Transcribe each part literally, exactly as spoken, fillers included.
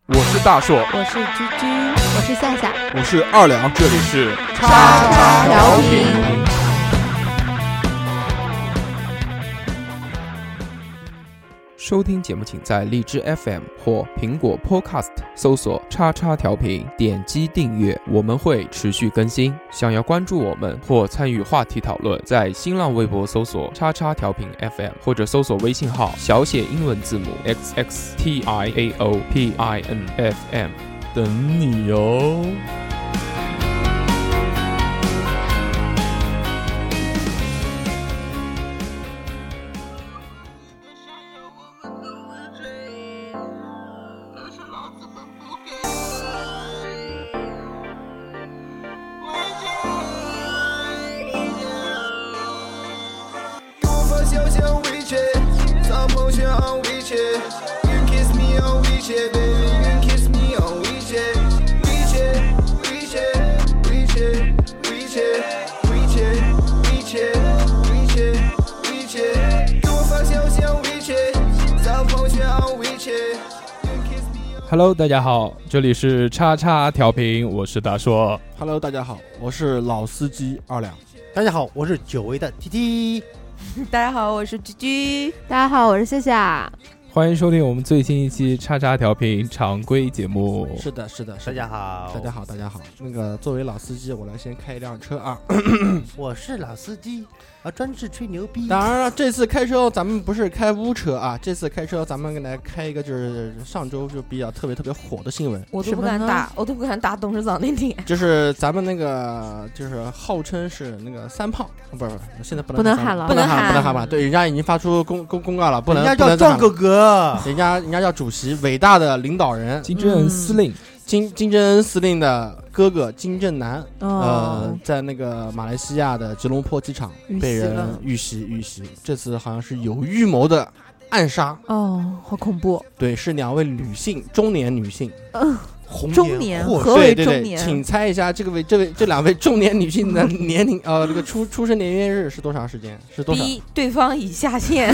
我是大硕， 我是居居，我是夏夏， 我是二两， 这里是叉叉调频。 收听节目请在荔枝 F M 或苹果 Podcast 搜索叉叉调频，点击订阅，我们会持续更新。想要关注我们或参与话题讨论，在新浪微博搜索叉叉调频 F M 或者搜索微信号小写英文字母 X X T I A O P I N F M 等你哟。Hello， 大家好，这里是叉叉调频，我是大硕。 Hello， 大家好，我是老司机二两。 大家好，我是久违的 T T。 大家好，我是居居。大家好，我是夏夏。 欢迎收听我们最新一期叉叉调频常规节目。 是的，是的， 大家好， 大家好，大家好。那个作为老司机，我来先开一辆车啊。 我是老司机啊，专治吹牛逼。 当然了，这次开车咱们不是开污车啊，这次开车咱们来开一个就是上周就比较特别特别火的新闻。 我都不敢打，我都不敢打董事长那脸。 就是咱们那个就是号称是那个三胖，不是不是，现在不能不能喊了， 不能喊，不能喊吧？对，人家已经发出公公公告了，不能， 人家叫壮哥哥， 人家人家叫主席，伟大的领导人金正恩司令。 金金正恩司令的哥哥金正男， 哦、 呃，在那个马来西亚的吉隆坡机场被人遇袭遇袭，这次好像是有预谋的暗杀。 哦，好恐怖！ 对，是两位女性，中年女性。 嗯、 呃， 中年，何为中年？ 对对对，请猜一下，这个位这位这两位中年女性的年龄，呃，这个出出生年月日是多长时间？是多少？ 逼对方已下线。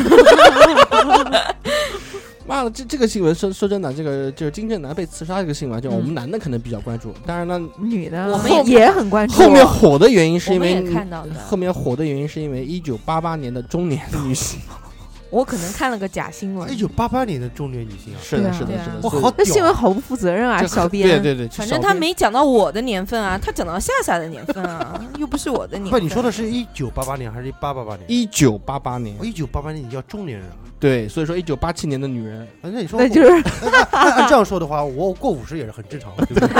妈的，这这个新闻说说真的，这个就是金正男被刺杀这个新闻，就我们男的可能比较关注，当然呢， 女的我们也很关注。 后面火的原因是因为看到的， 后面火的原因是因为一九八八年的中年女性。 我可能看了个假新闻。 一九八八年的中年女性啊， 是的，是的，是的。 我好， 那新闻好不负责任啊，小编。 对对对， 反正他没讲到我的年份啊，他讲到夏夏的年份啊，又不是我的年份。 不，你说的是一九八八年还是一八八八年？ 一九八八年。 一九八八年你叫中年人啊？ 对，所以说一九八七年的女人， 那你说那就是按这样说的话，我过五十也是很正常的，对不对？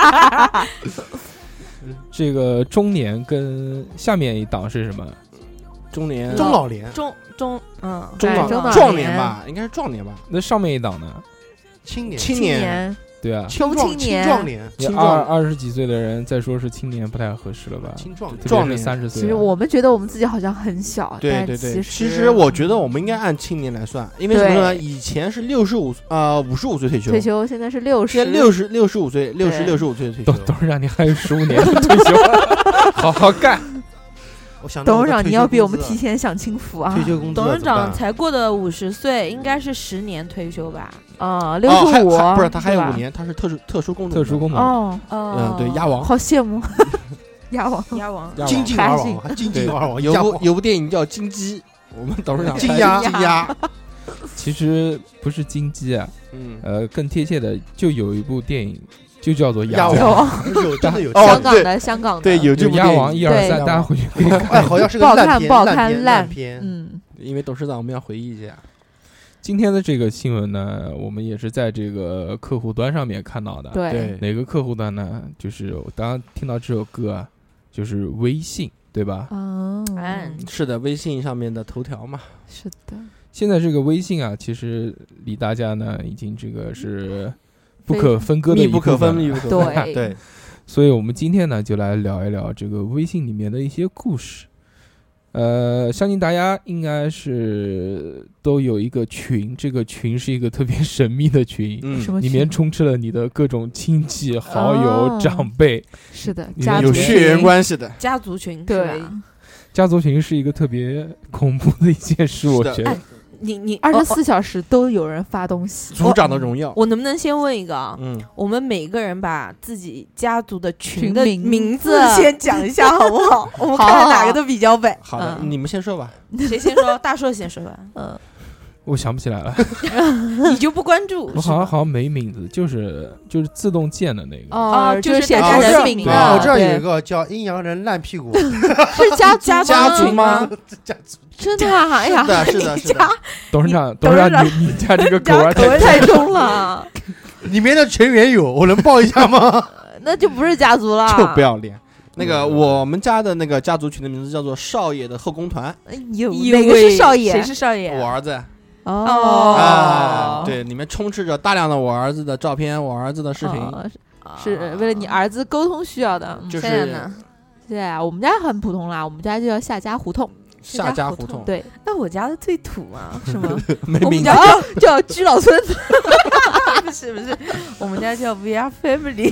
这个中年跟下面一档是什么？ 中年、 中老年、 中中嗯中老壮年吧，应该是壮年吧？ 那上面一档呢？ 青年、 青年。 对啊， 青壮青壮年， 你二二十几岁的人再说是青年不太合适了吧？ 青壮壮年三十岁。 其实我们觉得我们自己好像很小， 对对对。 其实我觉得我们应该按青年来算，因为什么呢？以前是六十五呃五十五岁退休， 退休现在是六十， 现在六十六十五岁，六十六十五岁退休。 董董事长，你还有十五年退休，好好干。 董事长，你要比我们提前享清福啊！ 退休工资， 董事长才过的五十岁，应该是十年退休吧？ 啊，六十五， 不是他还有五年，他是特殊特殊功能， 特殊功能。 哦， 嗯，对，鸭王， 好羡慕，鸭王， 鸭王， 金鸡儿王，金鸡儿王， 有部有部电影叫《金鸡》，我们董事长金鸭金鸭， 其实不是金鸡啊， 嗯， 呃，更贴切的就有一部电影。就叫做鸭王， 有真的有香港的香港的， 对，有这部鸭王一二三，大家回去可以看。 哎，好像是个烂片， 不好看， 烂片。 嗯， 因为董事长，我们要回忆一下今天的这个新闻呢，我们也是在这个客户端上面看到的。 对， 哪个客户端呢？就是我刚刚听到这首歌啊，就是微信，对吧？ 哦， 是的，微信上面的头条嘛。 是的。 现在这个微信啊，其实离大家呢已经这个是。不可分割的密不可分，密不可分。对对， 所以我们今天呢，就来聊一聊这个微信里面的一些故事。呃，相信大家应该是都有一个群，这个群是一个特别神秘的群， 嗯， 里面充斥了你的各种亲戚、好友、 哦、 长辈。 是的， 有血缘关系的家族群。 对、啊， 家族群是一个特别恐怖的一件事，我觉得。 我你你二十哦四小时都有人发东西。 族长的荣耀。 我能不能先问一个啊？ 嗯， 我们每个人把自己家族的群的群名名字字先讲一下，好不好？我们好看看哪个都比较稳。 好的， 嗯你们先说吧。 谁先说？大硕先说吧。 嗯， 我想不起来了， 你就不关注？ 我是吧好像好像没名字，就是就是自动建的那个。 哦， 就是写大着家姓名人名的， 我这儿有对一个叫阴阳人烂屁股， 是家族家家族吗？ 家族真的啊？哎呀是，的，是的，是的。 董事长，董事长，你你家这个口味太太重了， 里面的成员有，我能报一下吗？ 那就不是家族了。 就不要脸。那个我们家的那个家族群的名字叫做少爷的后宫团， 哎呦， 有哪个是少爷？ 谁是少爷？ 我儿子哦啊，对，里面充斥着大量的我儿子的照片，我儿子的视频， 哦是是为了你儿子沟通需要的。嗯就是现在呢？ 对啊，我们家很普通啦，我们家就叫夏家胡同。 夏家胡同， 对， 那我家的最土啊， 是吗？ 没名字我们家。 叫叫居老村。 不是不是，我们家叫 We Are Family。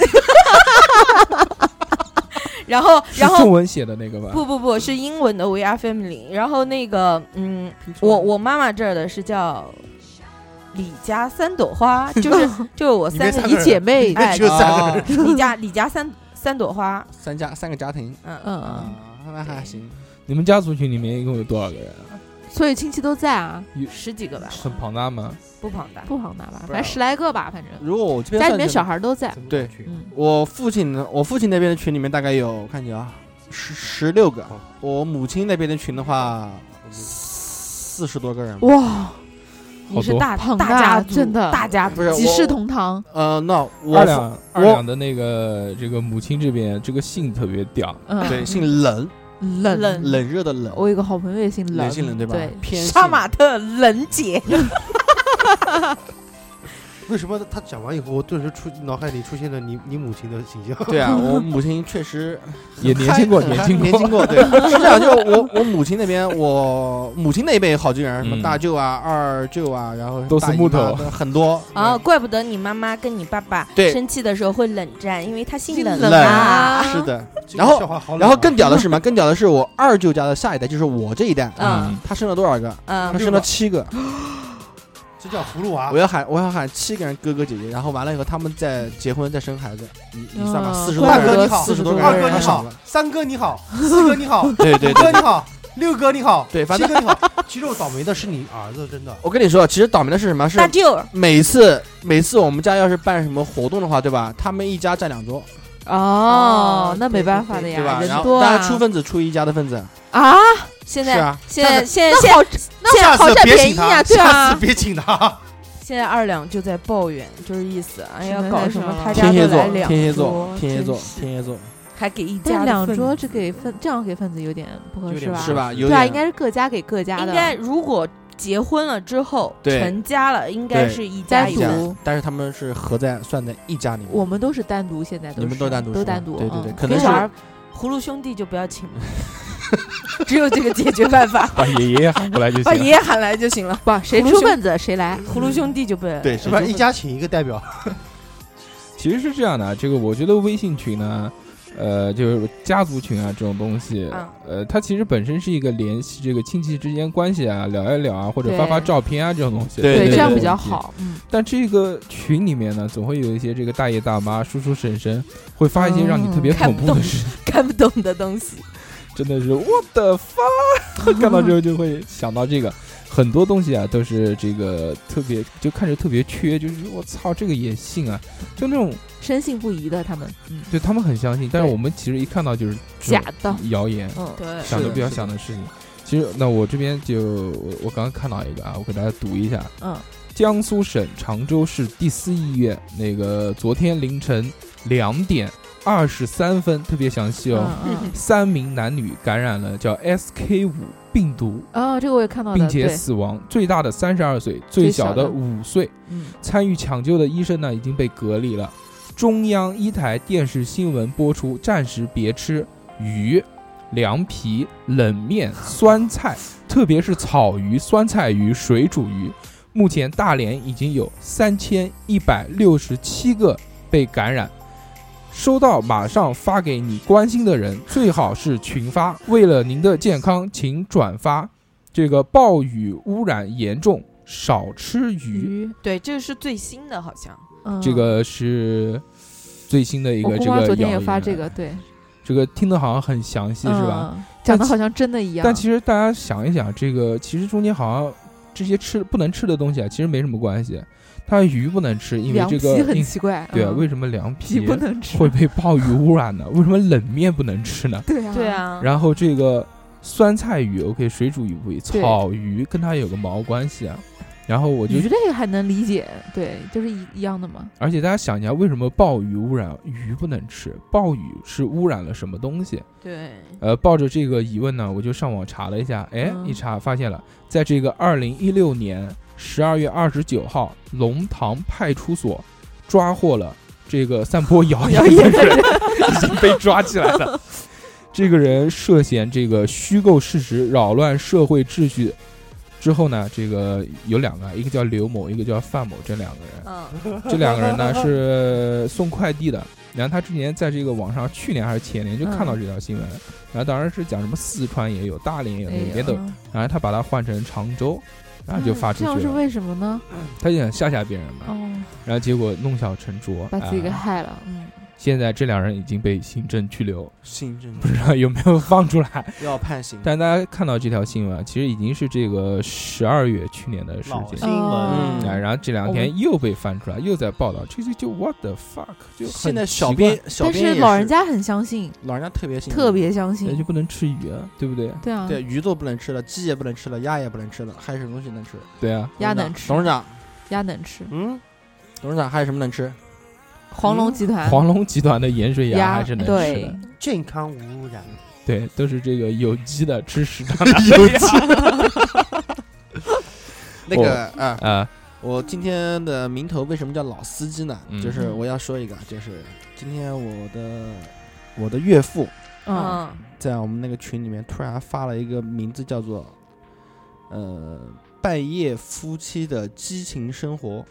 然后是然后中文写的那个吧？ 不不不是英文的 We Are Family。然后那个嗯，我我妈妈这儿的是叫李家三朵花，就是就是我三个里面三个人你姐妹， 哎只有三个人。 啊李家李家三三朵花， 三家三个家庭嗯嗯啊嗯，， 那还行。 你们家族群里面一共有多少个人啊？ 所有亲戚都在啊， 十几个吧， 很庞大吗？ 不庞大。 不庞大吧？ 不反正十来个吧，反正如果我这边家里面算起来小孩都在。 对嗯， 我父亲呢，我父亲那边的群里面大概有，我看见啊，十十六个。我母亲那边的群的话，四十多个人。 哇， 你是大庞大大家族， 真的大家族不是几世同堂。 呃，那我二两二我两的那个这个母亲这边这个姓特别屌， 嗯， 对姓冷， 冷冷冷热的冷， 我有个好朋友也姓冷， 冷姓冷对吧？ 对， 偏杀马特冷姐。 为什么他讲完以后，我顿时出脑海里出现了你你母亲的形象？ 对啊，我母亲确实也年轻过， 很年轻过， 年轻过。对，是这样，就我我母亲那边，我母亲那一辈好几个人，什么嗯大舅啊、二舅啊，然后都是大姨木头妈很多啊，怪不得你妈妈跟你爸爸对生气的时候会冷战，因为他姓冷冷啊。 是的。 这个然后笑话好冷啊然后更屌的是什么？更屌的是我二舅家的下一代，就是我这一代， 嗯他生了多少个？他嗯， 生了七个。 这叫葫芦娃我。要喊我要喊七个人哥哥姐姐，然后完了以后他们再结婚再生孩子，你你算吧， 嗯四十多个人， 大哥你好， 四十多个人， 二哥你好太少了， 三哥你好，四哥你好， 对对对五哥你。好，六哥你好， 对反正七哥你好。其实我倒霉的是你儿子，真的。 我跟你说，其实倒霉的是什么？是大舅每次每次我们家要是办什么活动的话，对吧？他们一家占两桌， 哦，那没办法的呀， 对吧？然后人多啊大家出分子出一家的分子， 啊， 现在是啊， 现在现在那现在好，那下次好占别请他， 便宜啊，对下啊次，别请他。 现在二两就在抱怨，就是意思，哎呀， 真的搞什么太爽了他家天蝎座都来，两天蝎桌座，天蝎座真，是天蝎座， 还给一家但的份子两桌只给分，这样给分子有点不合有点适吧？ 是吧？有对啊， 点应该是各家给各家的， 应该如果结婚了之后对成家了，应该对是一家单一家一家。 独， 但是他们是合在算在一家里面。 我们都是单独，现在都你们是都单独是吧都单独， 对对对嗯可能是给小孩葫芦兄弟就不要请了，只有这个解决办法， 把爷爷喊过来就把爷行。 爷喊来就行了。 不谁葫芦兄出分子谁来， 葫芦兄弟就不对， 是吧？一家请一个代表， 其实是这样的，这个我觉得微信群呢，呃，就是家族群啊这种东西， 嗯呃，它其实本身是一个联系这个亲戚之间关系啊，聊一聊啊，或者对发发照片啊这种东西。 对对这样比对较好，嗯， 但这个群里面呢，总会有一些这个大爷大妈、叔叔婶婶，会发一些让你特别看不懂恐怖的事， 看不懂的东西。 真的是我的发，看到之后就会想到这个。很多东西啊，都是这个特别，就看着特别缺，就是我操，这个也信啊，就那种深信不疑的他们，嗯， 对他们很相信，但是对我们其实一看到就是这种假的， 谣言， 嗯， 对是的想都不要是的想的事情。其实，那我这边就我我刚刚看到一个啊，我给大家读一下。 嗯， 江苏省常州市第四医院那个昨天凌晨两点二十三分，特别详细哦， 嗯嗯， 三名男女感染了叫 S K 五病毒， 哦，这个我也看到了， 并且对， 死亡，最大的三十二岁，最小的最小的五岁。 嗯， 参与抢救的医生呢已经被隔离了。中央一台电视新闻播出，暂时别吃鱼、凉皮、冷面、酸菜，特别是草鱼、酸菜鱼、水煮鱼。目前大连已经有三千一百六十七个被感染。收到马上发给你关心的人，最好是群发。为了您的健康，请转发。 这个暴雨污染严重，少吃鱼。 鱼， 对，这个是最新的，好像。 嗯， 这个是最新的一我个这个姑妈昨天也谣言发这个，对， 这个听的好像很详细，是吧？ 嗯？讲的好像真的一样。 但其实大家想一想，这个其实中间好像这些吃不能吃的东西啊，其实没什么关系。它鱼不能吃，因为凉这个皮很因奇怪， 对啊， 嗯为什么凉皮皮不能吃？ 会被暴雨污染呢？为什么冷面不能吃呢？ 对啊， 对，啊， 然后这个酸菜鱼 OK， 水煮鱼不可以， 对草鱼跟它有个毛关系啊。然后我就鱼类还能理解，对，就是一一样的嘛。 而且大家想一下，为什么暴雨污染鱼不能吃？暴雨是污染了什么东西？ 对， 呃，抱着这个疑问呢，我就上网查了一下，哎， 嗯一查发现了，在这个二零一六年十二月二十九号，龙塘派出所抓获了这个散播谣言的人，已经被抓起来了。这个人涉嫌这个虚构事实，扰乱社会秩序。之后呢，这个有两个，一个叫刘某，一个叫范某，这两个人， 嗯， 这两个人呢是送快递的。然后他之前在这个网上，去年还是前年就看到这条新闻，然后当然是讲什么四川也有，大连也有， 哎哪边都有。 嗯然后他把它换成常州，然后就发出去了。 这样是为什么呢？ 他就想吓吓别人嘛， 哦， 然后结果弄巧成拙， 把自己给哎害了。嗯， 现在这两人已经被行政拘留， 新政不知道有没有放出来。 要判刑。 但大家看到这条新闻啊，其实已经是这个十二月去年的事情老新。闻， 嗯哎，然后这两天又被翻出来，又在报道，这就就 what the fuck，就很现在小奇怪编小但编也是老人家很相信， 老人家特别信， 特别相那信就。不能吃鱼啊，对不对？ 对啊， 对鱼都不能吃了，鸡也不能吃了，鸭也不能吃了，还有什么东西能吃？ 对啊， 鸭能吃董事长， 鸭能吃。 嗯， 董事长还有什么能吃？ 黄龙集团黄龙集团的盐水鸭鸭还是能吃对的， 健康无污染。 对，都是这个有机的，吃食堂的有机。那个啊， 啊， 我今天的名头为什么叫老司机呢？ 嗯就是我要说一个，就是今天我的我的岳父嗯， 嗯， 在我们那个群里面突然发了一个名字叫做呃半夜夫妻的激情生活，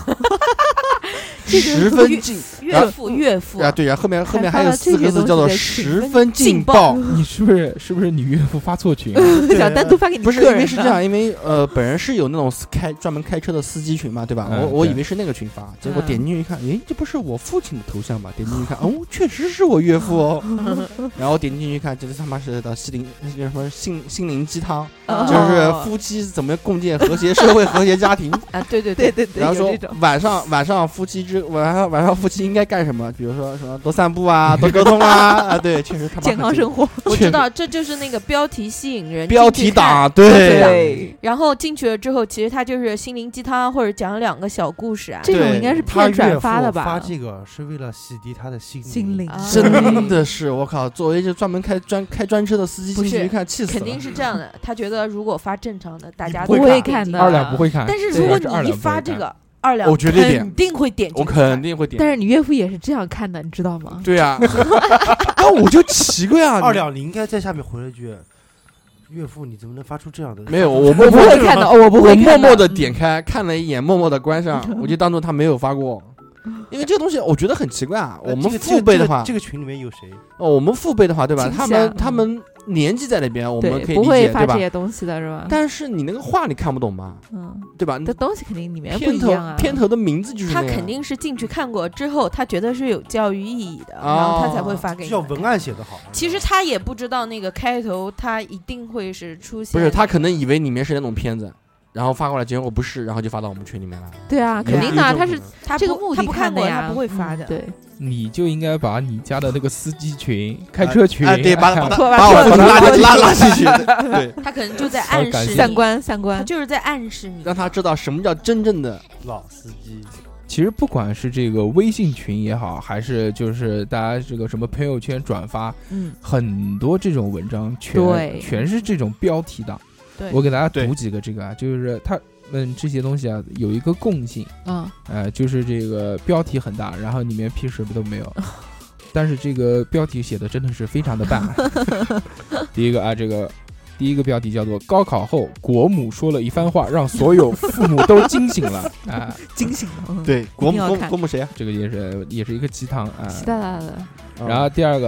十分劲岳父岳父啊，对呀、后面后面还还有发了这些四个字叫做东西在十群分劲爆。 你是不是是不是你岳父发错群？ 想单独发给你不是， 个人的因为是这样，因为呃，本人是有那种开专门开车的司机群嘛，对吧？ 嗯我我对以为是那个群发，结果嗯点进去一看，诶，这不是我父亲的头像吧？点进去一看，哦，确实是我岳父哦。然后点进去一看，这是他妈是的心灵那叫什么心心灵鸡汤， 哦就是夫妻怎么共建和谐社会、和谐家庭。 啊，对对对对对， 然后说有这种晚上晚上夫妻之晚上晚上夫妻应该干什么？比如说什么多散步啊，多沟通啊啊，对，确实他妈健康很生活。 我知道，这就是那个标题吸引人， 标题进去看。 党，对。 对， 然后进去了之后，其实他就是心灵鸡汤，或者讲两个小故事啊。 这种对应该是他骗转岳父发的吧？ 发这个是为了洗涤他的心心灵啊真的是我靠！作为就专门开专开专车的司机不是进去一看，气死了。 肯定是这样的，他觉得如果发正常的，大家不都会看的二两不会看， 但是对如果你一是二两不会看， 发这个，二两我绝对点肯定会点进我去看， 肯定会点。 但是你岳父也是这样看的，你知道吗？ 对呀、那我就奇怪啊， 二两，你应该在下面回了一句：“岳父，你怎么能发出这样的？” 没有，我我不默默会看的，哦我不我会看默默的点开看了一眼，默默的关上，我就当做他没有发过。因为这个东西我觉得很奇怪啊，我们呃这个父辈的话， 这个这个群里面有谁？ 哦，我们父辈的话，对吧？他倾向们他们年纪在那边，我们对， 可以理解， 不会发对吧？ 这些东西的是吧？ 但是你那个话你看不懂嘛， 嗯， 对吧？ 这东西肯定里面不片头一样啊。 片头的名字就是他那样肯定是进去看过之后，他觉得是有教育意义的， 哦然后他才会发给你们看。 就叫文案写得好。 其实他也不知道那个开头，他一定会是出现。 不是他可能以为里面是那种片子，然后发过来，结果不是，然后就发到我们群里面来了。 对啊， 有肯定的啊，他是有这种可能他这个目的不他不看看的呀， 过他不会发的。 嗯对， 你就应该把你家的那个司机群、开车群， 哎，对，把把他把把我把拉把拉拉进去，对， 他可能就在暗感谢示你三观三他观， 就是在暗示你。 让他知道什么叫真正的。 老司机， 其实不管是这个微信群也好，还是就是大家这个什么朋友圈转发， 嗯， 很多这种文章全对全是这种标题党。 对我给大家对读几个这个啊，就是他们这些东西啊有一个共性， 啊， 呃，就是这个标题很大，然后里面屁什么都没有，但是这个标题写的真的是非常的棒。第一个啊，这个第一个标题叫做高考后国母说了一番话，让所有父母都惊醒了啊， 惊醒了，嗯， 对，国母国母一定要看国母谁啊？ 这个也是也是一个鸡汤啊。 习大大的， 然后第二个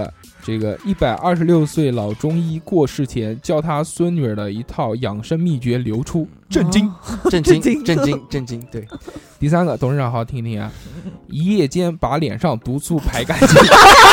这个一百二十六岁老中医过世前，教他孙女儿的一套养生秘诀流出，震惊， 震惊，震惊，震惊。对， 第三个，董事长好好听听啊，一夜间把脸上毒素排干净，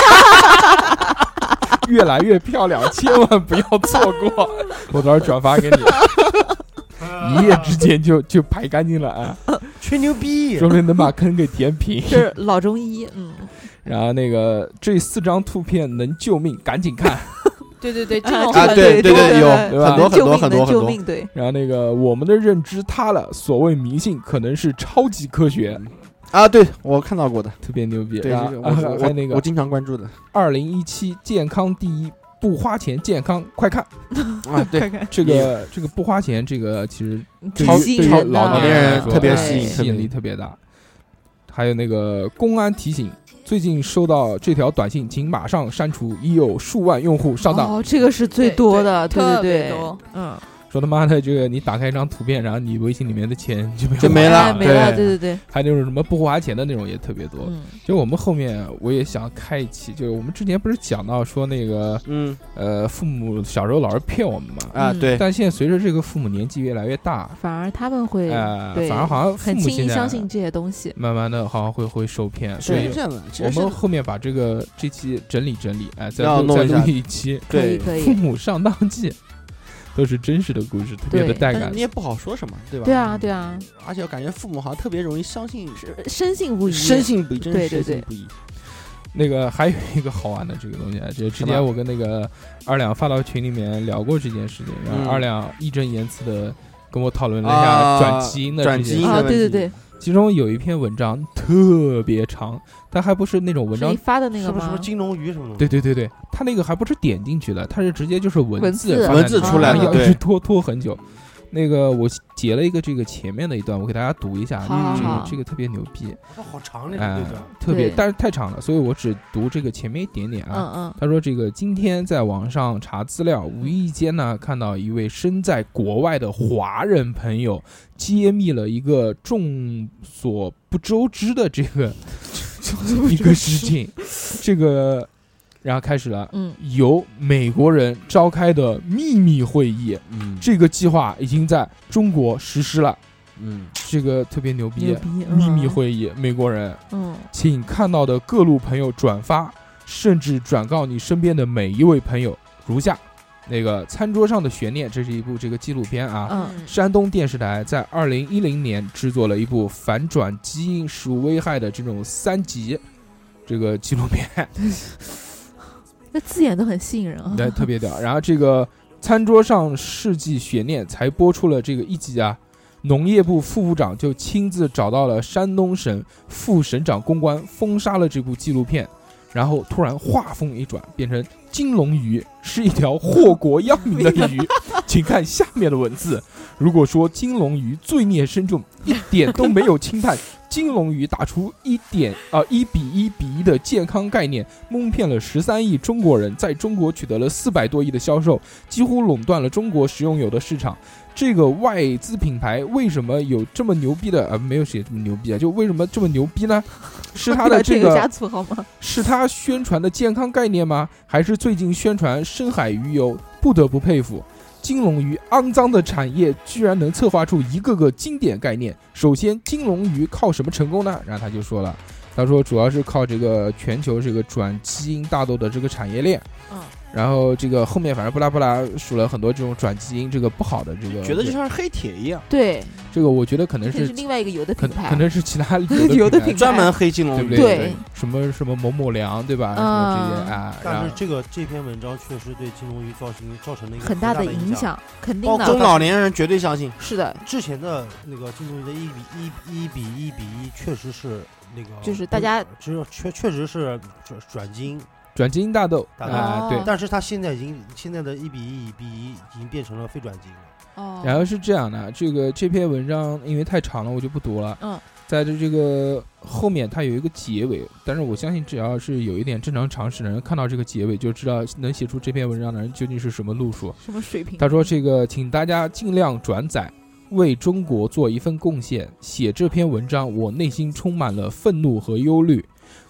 越来越漂亮，千万不要错过。我到时候转发给你，一夜之间就就排干净了啊！ 吹牛逼， 说不定能把坑给填平。 是老中医，嗯。 然后那个这四张图片能救命，赶紧看。 对对对，这啊， 种对对对，有对吧很多很多很多很多。 对。 然后那个我们的认知塌了，所谓迷信可能是超级科学啊，对我看到过的， 特别牛逼。 对， 然后我还有那个我经常关注的。 二零一七健康第一，不花钱健康，快看啊！对， 这个这个不花钱，这个其实超对于超老年人来说特别吸引， 吸引力特别大。还有那个公安提醒。最近收到这条短信，请马上删除，已有数万用户上当。 哦，这个是最多的，对对对， 多， 嗯。 说他妈的，这个你打开一张图片，然后你微信里面的钱就没就没了， 没了，对对对。 还有那种什么不花钱的那种也特别多。 嗯， 就我们后面我也想开一期，就是我们之前不是讲到说那个， 嗯呃，父母小时候老是骗我们嘛， 啊对。 但现在随着这个父母年纪越来越大， 反而他们会， 呃，反而好像很轻易相信这些东西， 慢慢的好像会会受骗。所以这样的， 我们后面把这个这期整理整理，哎，再要弄再录一期， 可以可以， 父母上当记。都是真实的故事，特别的带感。 你也不好说什么，对吧？ 对啊，对啊。 而且我感觉父母好像特别容易相信， 深信不疑， 深信不疑，真对深信不疑。 那个还有一个好玩的这个东西啊，就是之前我跟那个二两发到群里面聊过这件事情，然后二两义正言辞的跟我讨论了一下转基因的转基因啊，对对对。 其中有一篇文章特别长，它还不是那种文章你发的那个吗？ 是不是什么金龙鱼什么的？ 对对对对，它那个还不是点进去的，它是直接就是文字文字出来的， 要一直拖拖很久。那个我截了一个这个前面的一段，我给大家读一下，这个这个特别牛逼， 好长那个对特别，但是太长了，所以我只读这个前面一点点啊。 嗯嗯。 他说这个今天在网上查资料，无意间呢看到一位身在国外的华人朋友揭秘了一个众所不周知的这个一个事情，这个。然后开始了， 嗯， 由美国人召开的秘密会议， 嗯， 这个计划已经在中国实施了， 嗯， 这个特别牛逼， 牛逼， 秘密会议，美国人， 嗯， 请看到的各路朋友转发，甚至转告你身边的每一位朋友，如下。那个餐桌上的悬念，这是一部这个纪录片啊， 嗯， 山东电视台在二零一零年制作了一部反转基因食物危害的这种三集这个纪录片。 那字眼都很吸引人啊， 对，特别屌。然后这个餐桌上世纪悬念才播出了这个一集啊，农业部副部长就亲自找到了山东省副省长公关，封杀了这部纪录片。然后突然话锋一转，变成金龙鱼是一条祸国殃民的鱼，请看下面的文字。如果说金龙鱼罪孽深重，一点都没有轻判。金龙鱼打出一点啊一比一比一的健康概念，蒙骗了十三亿中国人，在中国取得了四百多亿的销售，几乎垄断了中国食用油的市场。这个外资品牌为什么有这么牛逼的？呃，没有写这么牛逼啊，就为什么这么牛逼呢？是他的这个加粗好吗？ 是他宣传的健康概念吗？还是最近宣传深海鱼油？不得不佩服。金龙鱼肮脏的产业居然能策划出一个个经典概念。首先，金龙鱼靠什么成功呢？然后他就说了，他说主要是靠这个全球这个转基因大豆的这个产业链。 嗯。 然后这个后面反正布拉布拉数了很多这种转基因这个不好的这个， 觉得就像是黑铁一样。 对， 这个我觉得可能是另外一个油的品牌， 可能是其他油的品牌专门黑金龙鱼， 对不对？什么什么某某粮，对吧？什么这些啊。 但是这个这篇文章确实对金龙鱼造成造成了一个很大的影响，肯定的。 中老年人绝对相信。 是的， 之前的那个金龙鱼的一比一一比一比一，确实是那个， 就是大家只有确确实是转转基因。 转基因大豆啊， 对， 但是它现在已经现在的一比一一比一已经变成了非转基因了。 哦， 然后是这样的，这个这篇文章因为太长了，我就不读了。 嗯， 在这这个后面它有一个结尾，但是我相信只要是有一点正常常识的人看到这个结尾，就知道能写出这篇文章的人究竟是什么路数、 什么水平。 他说：“这个，请大家尽量转载，为中国做一份贡献。写这篇文章，我内心充满了愤怒和忧虑。”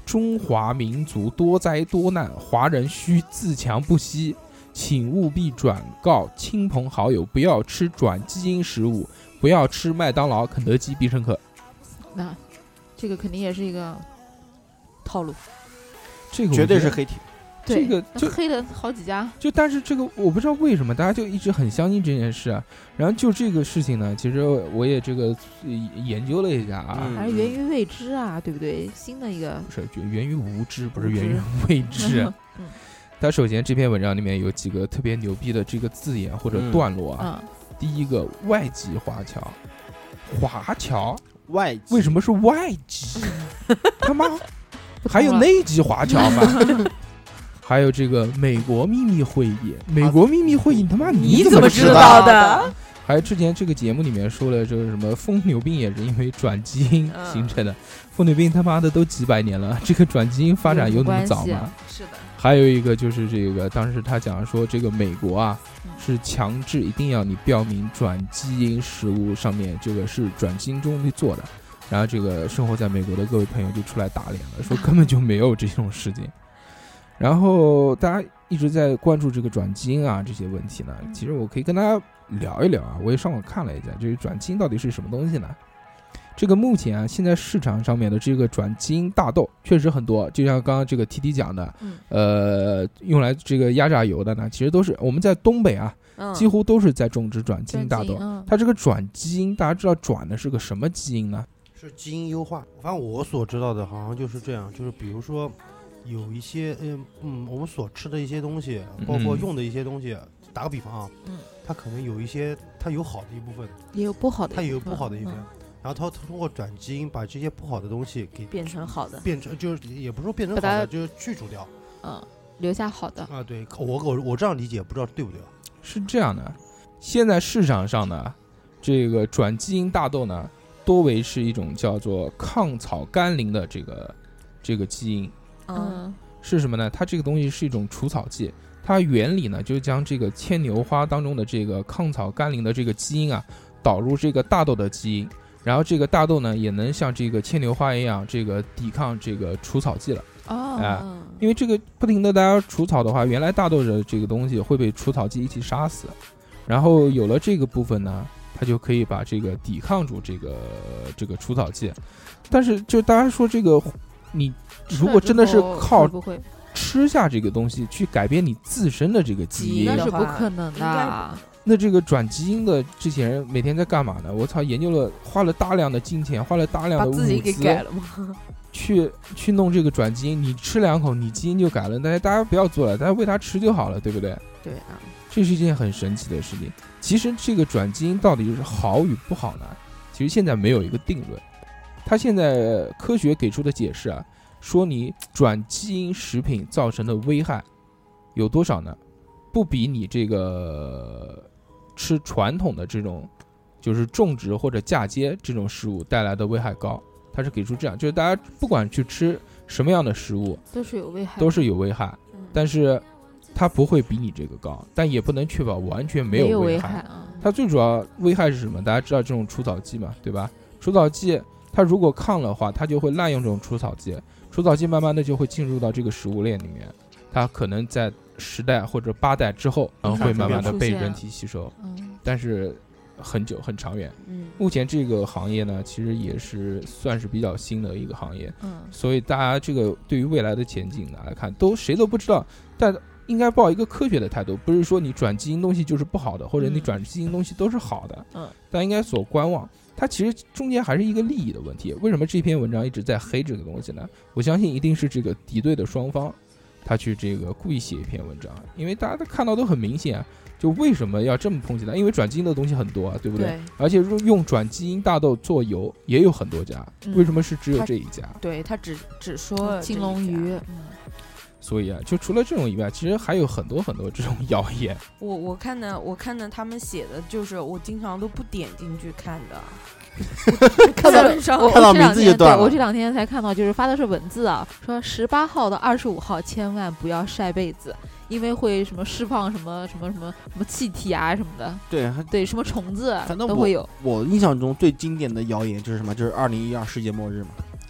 中华民族多灾多难，华人需自强不息，请务必转告亲朋好友，不要吃转基因食物，不要吃麦当劳、肯德基、必胜客。 那这个肯定也是一个套路， 这个绝对是黑体。 这个就黑了好几家， 就但是这个我不知道为什么大家就一直很相信这件事啊。然后就这个事情呢，其实我也这个研究了一下啊， 还是源于未知啊，对不对？新的一个不是源于无知，不是源于未知。 嗯， 它首先这篇文章里面有几个特别牛逼的这个字眼或者段落啊。 嗯、 第一个，外籍华侨，华侨外籍为什么是外籍？他妈还有内籍华侨吗？还有这个美国秘密会议，美国秘密会议，他妈你怎么知道的？ 还有之前这个节目里面说了，这个什么疯牛病也是因为转基因形成的。疯牛病他妈的都几百年了，这个转基因发展有那么早吗？ 是的。 还有一个就是这个，当时他讲说，这个美国啊是强制一定要你标明转基因食物上面这个是转基因中去做的。然后这个生活在美国的各位朋友就出来打脸了，说根本就没有这种事情。然后大家一直在关注这个转基因啊这些问题呢，其实我可以跟大家聊一聊啊。我也上网看了一下，就是转基因到底是什么东西呢？这个目前啊，现在市场上面的这个转基因大豆确实很多，就像刚刚这个 T T 讲的， 嗯、 呃，用来这个压榨油的呢，其实都是我们在东北啊， 嗯、 几乎都是在种植转基因大豆。 嗯、 它这个转基因，大家知道转的是个什么基因呢？ 是基因优化。反正我所知道的，好像就是这样，就是比如说。有一些嗯嗯，我们所吃的一些东西，包括用的一些东西，嗯、打个比方啊， 嗯， 它可能有一些它有好的一部分， 也有不好的， 它也有不好的一部分， 嗯、 然后它通过转基因把这些不好的东西给变成好的， 变成就是也不是说变成好的，就是去除掉， 嗯，留下好的啊。对我我我这样理解，不知道对不对？ 是这样的，现在市场上呢，这个转基因大豆呢，多为是一种叫做抗草甘膦的这个这个基因。 嗯， 是什么呢？它这个东西是一种除草剂，它原理呢就是将这个牵牛花当中的这个抗草甘膦的这个基因啊导入这个大豆的基因，然后这个大豆呢也能像这个牵牛花一样这个抵抗这个除草剂了。 哦， 哎、呃，因为这个不停的大家除草的话，原来大豆的这个东西会被除草剂一起杀死，然后有了这个部分呢，它就可以把这个抵抗住这个这个除草剂。但是就大家说这个你如果真的是靠吃下这个东西去改变你自身的这个基因， 那是不可能的。 那这个转基因的这些人每天在干嘛呢？我操，研究了，花了大量的金钱，花了大量的物资， 把自己给改了吗？ 去去弄这个转基因，你吃两口，你基因就改了。大家大家不要做了，大家喂它吃就好了，对不对？ 对啊， 这是一件很神奇的事情。其实这个转基因到底是好与不好呢？其实现在没有一个定论。他现在科学给出的解释啊，说你转基因食品造成的危害有多少呢？不比你这个吃传统的这种就是种植或者嫁接这种食物带来的危害高。他是给出这样，就是大家不管去吃什么样的食物都是有危害， 都是有危害， 嗯、 但是它不会比你这个高，但也不能确保完全没有危害。 危害啊、 它最主要危害是什么？大家知道这种除草剂嘛，对吧？除草剂它如果抗的话，它就会滥用这种除草剂，除草剂慢慢的就会进入到这个食物链里面，它可能在十代或者八代之后，然后会慢慢的被人体吸收， 嗯、 但是很久很长远。 嗯， 目前这个行业呢，其实也是算是比较新的一个行业， 嗯， 所以大家这个对于未来的前景来看，都谁都不知道，但应该抱一个科学的态度，不是说你转基因东西就是不好的，或者你转基因东西都是好的， 嗯， 但应该所观望。它其实中间还是一个利益的问题。为什么这篇文章一直在黑这个东西呢？我相信一定是这个敌对的双方，他去这个故意写一篇文章，因为大家都看到都很明显，就为什么要这么抨击它？因为转基因的东西很多啊，对不对？ 对， 而且用转基因大豆做油也有很多家， 嗯、 为什么是只有这一家？ 对，他只只说金龙鱼。 嗯， 所以啊，就除了这种以外，其实还有很多很多这种谣言。 我我看的，我看的他们写的就是我经常都不点进去看的。 看到我看到名字就断了。 我这两天才看到，就是发的是文字啊，说十八号到二十五号千万不要晒被子，因为会什么释放什么什么什么什么气体啊什么的。 对对，什么虫子反正都会有。 我印象中最经典的谣言就是什么？就是二零一二世界末日嘛。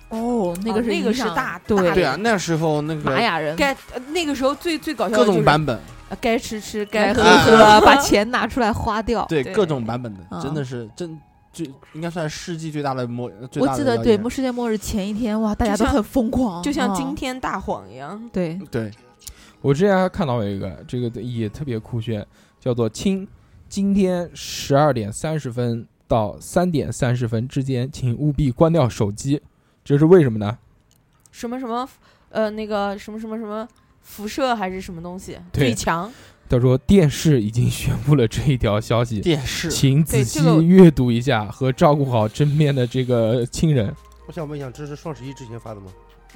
哦，那个是那个是影响大对大对啊，那时候那个玛雅人该呃那个时候最最搞笑各的就是种版本， 呃该吃吃该喝该喝喝，把钱拿出来花掉。 对对各种版本的， 啊真的是真就应该算世纪最大的末，最我大的谣言记得对世界末日前一天，哇，大家就像都很疯狂， 就像啊惊天大谎一样。 对对我之前还看到有一个，这个也特别酷炫，叫做今今天十二点三十分到三点三十分之间，请务必关掉手机。这是为什么呢？ 什么什么呃那个什么什么什么辐射还是什么东西对最强？ 他说电视已经宣布了这一条消息， 电视请仔细对这个阅读一下和照顾好身边的这个亲人。 我想问一下，这是双十一之前发的吗？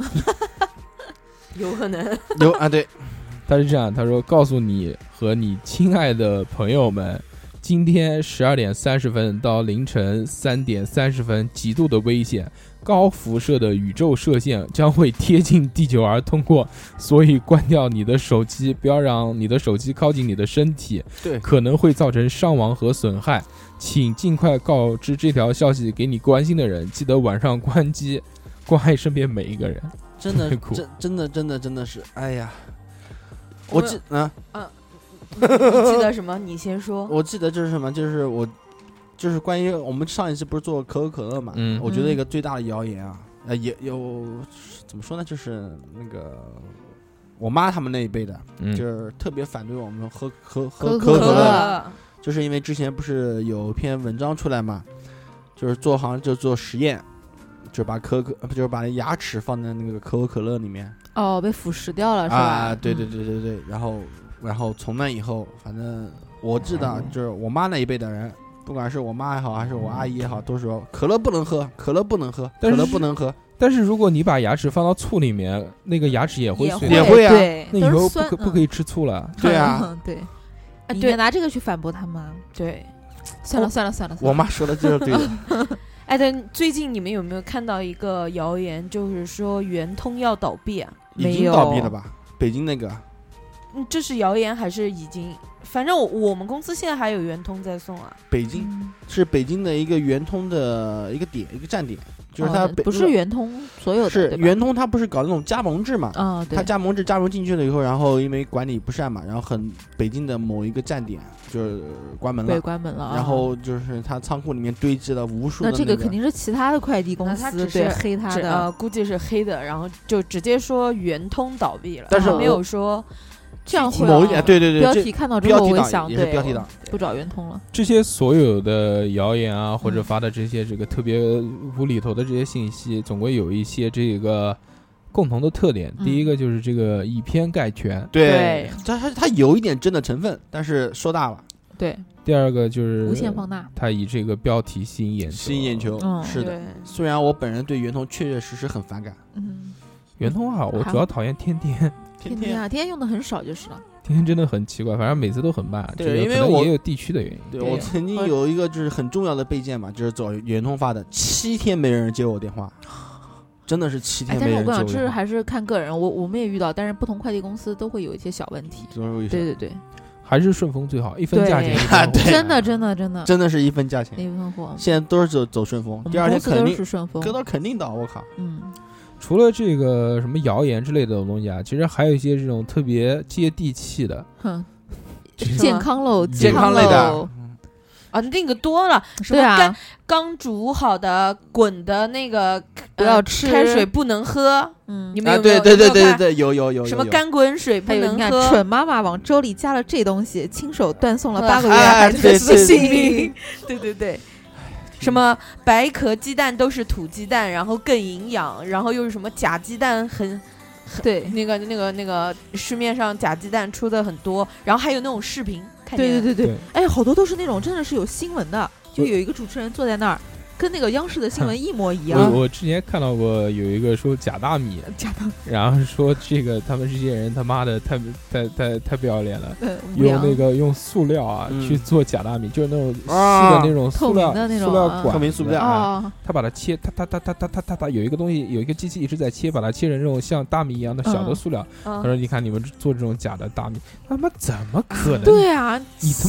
有可能。 有啊，对， 他是这样，他说告诉你和你亲爱的朋友们，今天十二点三十分到凌晨三点三十分，极度的危险，高辐射的宇宙射线将会贴近地球而通过，所以关掉你的手机，不要让你的手机靠近你的身体， 对可能会造成伤亡和损害，请尽快告知这条消息给你关心的人，记得晚上关机，关爱身边每一个人。 真的特别酷真真的真的真的是，哎呀，我我们记啊， 你你记得什么？你先说。 我记得就是什么，就是我就是关于我们上一期不是做可口可乐嘛， 嗯我觉得一个最大的谣言啊，呃，也有怎么说呢，就是那个我妈他们那一辈的， 嗯， 就是特别反对我们喝喝喝可可口可乐， 乐就是因为之前不是有一篇文章出来嘛，就是做好像就做实验，就把可可就是把牙齿放在那个可口可乐里面哦，被腐蚀掉了是吧？ 啊，对对嗯， 对对对，然后然后从那以后，反正我记得就是我妈那一辈的人，不管是我妈也好，还是我阿姨也好，都说可乐不能喝，可乐不能喝，可但是乐不能喝。 但是如果你把牙齿放到醋里面，那个牙齿也会也碎的。 也会啊对， 那以后不都是酸可不可以吃醋了？ 对啊， 嗯对， 哎对你拿这个去反驳他吗？ 对。 算了我算了算了，算了我妈说的就是对的， 哎，对，最近你们有没有看到一个谣言，就是说圆通要倒闭啊？ 已经倒闭了吧？北京那个嗯，这是谣言还是已经？反正我我们公司现在还有圆通在送啊。 北京嗯是北京的一个圆通的一个点，一个站点，就是它哦北不是圆通所有的是对吧圆通，它不是搞那种加盟制嘛？ 啊，对它，加盟制加盟进去了以后，然后因为管理不善嘛，然后很北京的某一个站点就是关门被了， 关门了啊。 然后就是它仓库里面堆积了无数的、 那那这个肯定是其他的快递公那他司对只是黑他的只呃，估计是黑的，然后就直接说圆通倒闭了， 但是没有说这样会啊某一点，对对对，这标题看到之后，我标题党会想，对， 也是标题党我不找圆通了。 这些所有的谣言啊，或者嗯发的这些这个特别无厘头的这些信息，总归有一些这个共同的特点。 嗯第一个就是这个以偏概全， 对，它它它有一点真的成分，但是说大了， 对， 第二个就是无限放大。 它以这个标题吸引眼球。 吸引眼球。 嗯是的， 对虽然我本人对圆通确确实实很反感， 嗯， 圆通好，我还主要讨厌天天， 天天啊，天天用的很少就是了。 天天真的很奇怪，反正每次都很慢。 对这个因为我可能也有地区的原因。 对对我曾经我有一个就是很重要的备件嘛，就是找圆通发的，七天没人接我电话，真的是七哎天，没人但是我跟你讲，这接我电话。 是还是看个人。我我们也遇到，但是不同快递公司都会有一些小问题。 就是为什么对对对， 还是顺丰最好，一分对价钱一分货。 啊对真的真的真的， 真的是一分价钱， 那份货， 现在都是走走顺丰， 我第二们公司都天肯定是顺丰。 割到肯定倒，我靠！ 嗯， 除了这个什么谣言之类的东西啊，其实还有一些这种特别接地气的， 哼， 这是健康喽， 健康康类的喽， 啊，那个多了，什么对啊刚，刚煮好的滚的那个不要吃开水不能喝， 嗯啊， 你们有没有？ 对对对有没有看对对，有有有什么有干滚水不还有你看， 能喝？ 蠢妈妈往粥里加了这东西，亲手断送了八个月哎孩子的对对性对命。 对对对，什么白壳鸡蛋都是土鸡蛋，然后更营养，然后又是什么假鸡蛋很对那个那个那个市面上假鸡蛋出的很多，然后还有那种视频，看见对对对对哎，好多都是那种真的是有新闻的，就有一个主持人坐在那儿，跟那个央视的新闻一模一样。 我我之前看到过有一个说假大米， 假的， 然后说这个他们这些人他妈的太太太太不要脸了， 呃，无用良那个用塑料啊、 嗯去做假大米，就是那种细啊的那种塑料透明的那种啊塑料管， 透明塑料哦， 他把它切，他他他他他他他他有一个东西，有一个机器一直在切，把它切成这种像大米一样的小的嗯塑料。他嗯， 说：“你看你们做这种假的大米，他妈怎么可能？ 对啊， 你他妈瞎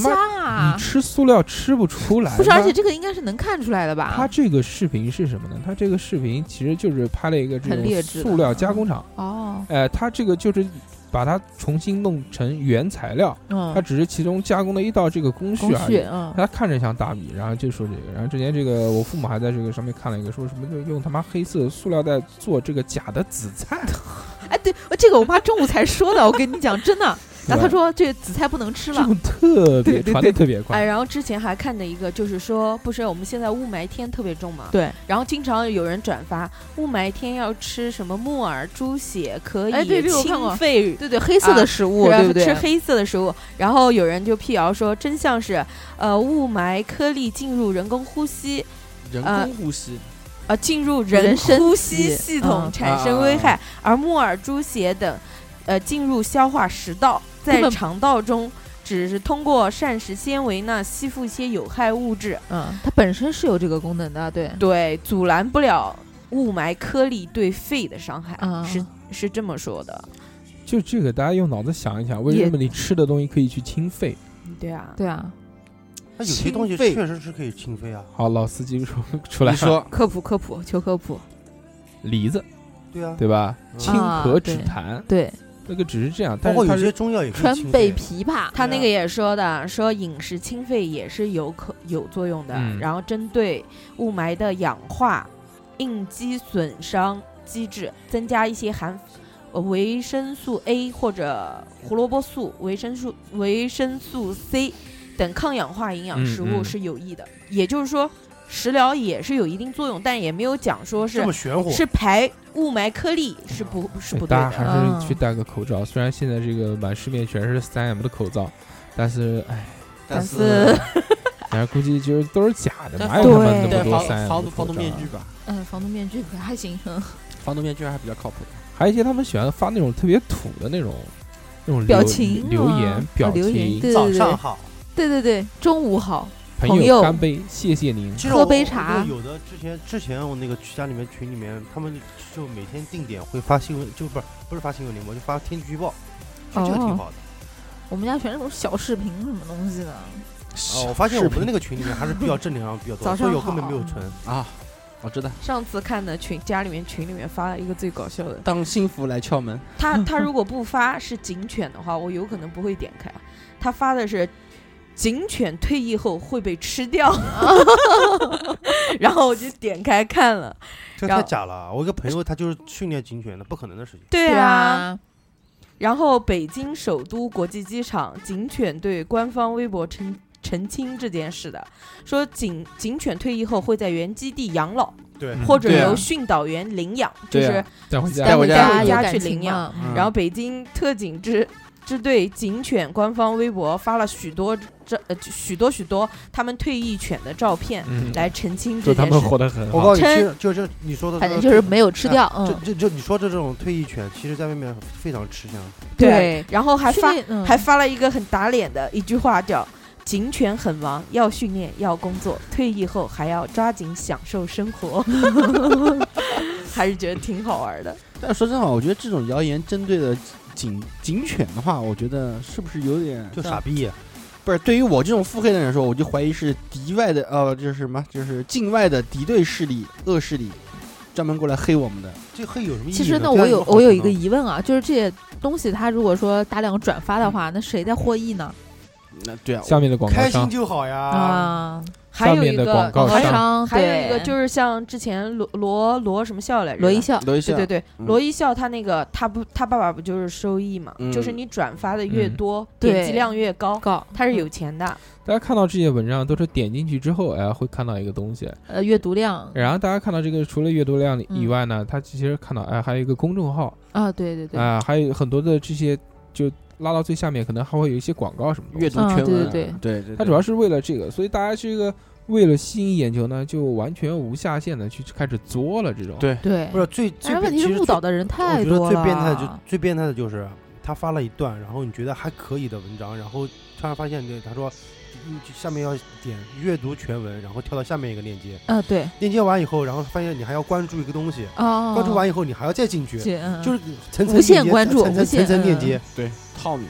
嘛？ 你吃塑料吃不出来。 不是， 它而且这个应该是能看出来的吧？ 他这个视频是什么呢？他这个视频其实就是拍了一个这很种劣质的塑料加工厂。 哦， 哎，他这个就是把它重新弄成原材料， 嗯， 它只是其中加工的一道这个工序工序， 而已。 嗯， 它看着像大米，然后就说这个，然后之前这个我父母还在这个上面看了一个，说什么就用他妈黑色塑料袋做这个假的紫菜， 哎，对，这个我妈中午才说的，我跟你讲，真的。然后她说这紫菜不能吃了， 这种特别传的特别快。 哎，然后之前还看的一个，就是说，不是我们现在雾霾天特别重嘛？ 对。 然后经常有人转发雾霾天要吃什么木耳、猪血，可以哎对这个我看过清肺。 对对，黑色的食物， 啊、 对不对？ 吃黑色的食物。然后有人就辟谣说，真相是，呃，雾霾颗粒进入人工呼吸， 人工呼吸。 呃，进入人呼吸系统产生危害，嗯、而木耳、猪血等，呃，进入消化食道，在肠道中只是通过膳食纤维呢吸附一些有害物质。 嗯，它本身是有这个功能的，对对，阻拦不了雾霾颗粒对肺的伤害， 嗯、 是是这么说的。 就这个，大家用脑子想一想，为什么你吃的东西可以去清肺？ 对啊， 对啊。 那有些东西确实是可以清肺啊。 好，老司机出出来说， 科普科普，求科普。 梨子， 对啊， 对吧？ 嗯、 清咳止痰、 啊，对， 那个只是这样。 包括有些中药也可以川清贝枇杷， 他那个也说的，说饮食清肺也是有可有作用的。 嗯、 然后针对雾霾的氧化、应激损伤机制，增加一些含。维生素 A 或者胡萝卜素、维生素维生素 C 等抗氧化营养食物是有益的。嗯嗯、也就是说，食疗也是有一定作用，但也没有讲说是这么玄乎， 是排雾霾颗粒是不是不对的。 大家还是去戴个口罩。嗯、虽然现在这个满市面全是 三 M 的口罩，但是哎， 但是但是估计就是都是假的，哪有他们那么多三 M 防防毒面具吧？ 嗯，防毒面具可还行，嗯， 防毒面具还比较靠谱的。 还有一些他们喜欢发那种特别土的那种那种表情、 留言、表情。 早上好， 对对对，中午好， 朋友干杯，谢谢您。 喝杯茶。 有的之前之前我那个家里面群里面，他们就每天定点会发新闻，就不是不是发新闻联播，就发天气预报，这个挺好的。 我们家全是那种小视频什么东西的。 哦，我发现我们的那个群里面还是比较正能量比较多，所以我根本没有存啊。我知道， 上次看的群家里面群里面发了一个最搞笑的， 当幸福来敲门。 他他如果不发是警犬的话，我有可能不会点开。他发的是警犬退役后会被吃掉，然后我就点开看了。 这太假了！我一个朋友他就是训练警犬的，不可能的事情。 对啊。然后北京首都国际机场警犬队官方微博称。澄清这件事的，说警警犬退役后会在原基地养老， 对， 或者由训导员领养， 啊、 就是带回家带回家家去领养。 嗯、 然后北京特警支支队警犬官方微博发了许多这呃许多许多他们退役犬的照片， 嗯、 来澄清这件事。 他们活得很好。 我告诉你，其实就是你说的， 反正就是没有吃掉。嗯， 就就就你说的这种退役犬，其实在外面非常吃香。 对，然后还发、 嗯、 还发了一个很打脸的一句话，叫。警犬很忙，要训练，要工作，退役后还要抓紧享受生活，还是觉得挺好玩的。 但说真话，我觉得这种谣言针对的警警犬的话，我觉得是不是有点就傻逼、啊？ 不是，对于我这种腹黑的人说，我就怀疑是敌外的，呃，就是什么，就是境外的敌对势力、恶势力，专门过来黑我们的。 这黑有什么意义？ 其实呢，我有我有一个疑问啊，就是这些东西，它如果说大量转发的话，那谁在获益呢？ 那对啊， 下面的广告商开心就好呀啊。 还有一个广告商， 还有一个就是像之前罗罗罗什么笑来着？ 罗一笑， 罗一笑， 对对对， 嗯、 罗一笑他那个他不他爸爸不就是收益嘛？ 嗯、 就是你转发的越多， 嗯、 点击量越高， 高他是有钱的。 大家看到这些文章都是点进去之后，哎，会看到一个东西， 呃，阅读量。 然后大家看到这个，除了阅读量以外呢，嗯、他其实看到哎，还有一个公众号啊，对对对， 啊、呃，还有很多的这些就。拉到最下面，可能还会有一些广告什么的阅读全文， 啊、对对对对对， 它主要是为了这个，所以大家这个为了吸引眼球呢，就完全无下限的去开始作了这种。 对对， 不是最最问题是误导的人太多了。 我觉得最变态的就最变态的就是他发了一段，然后你觉得还可以的文章，然后突然发现他说。下面要点阅读全文，然后跳到下面一个链接。 啊，对， 链接完以后，然后发现你还要关注一个东西。 哦， 关注完以后，你还要再进去， 嗯、 就是层层无限关注， 层层层层链接， 对，套你。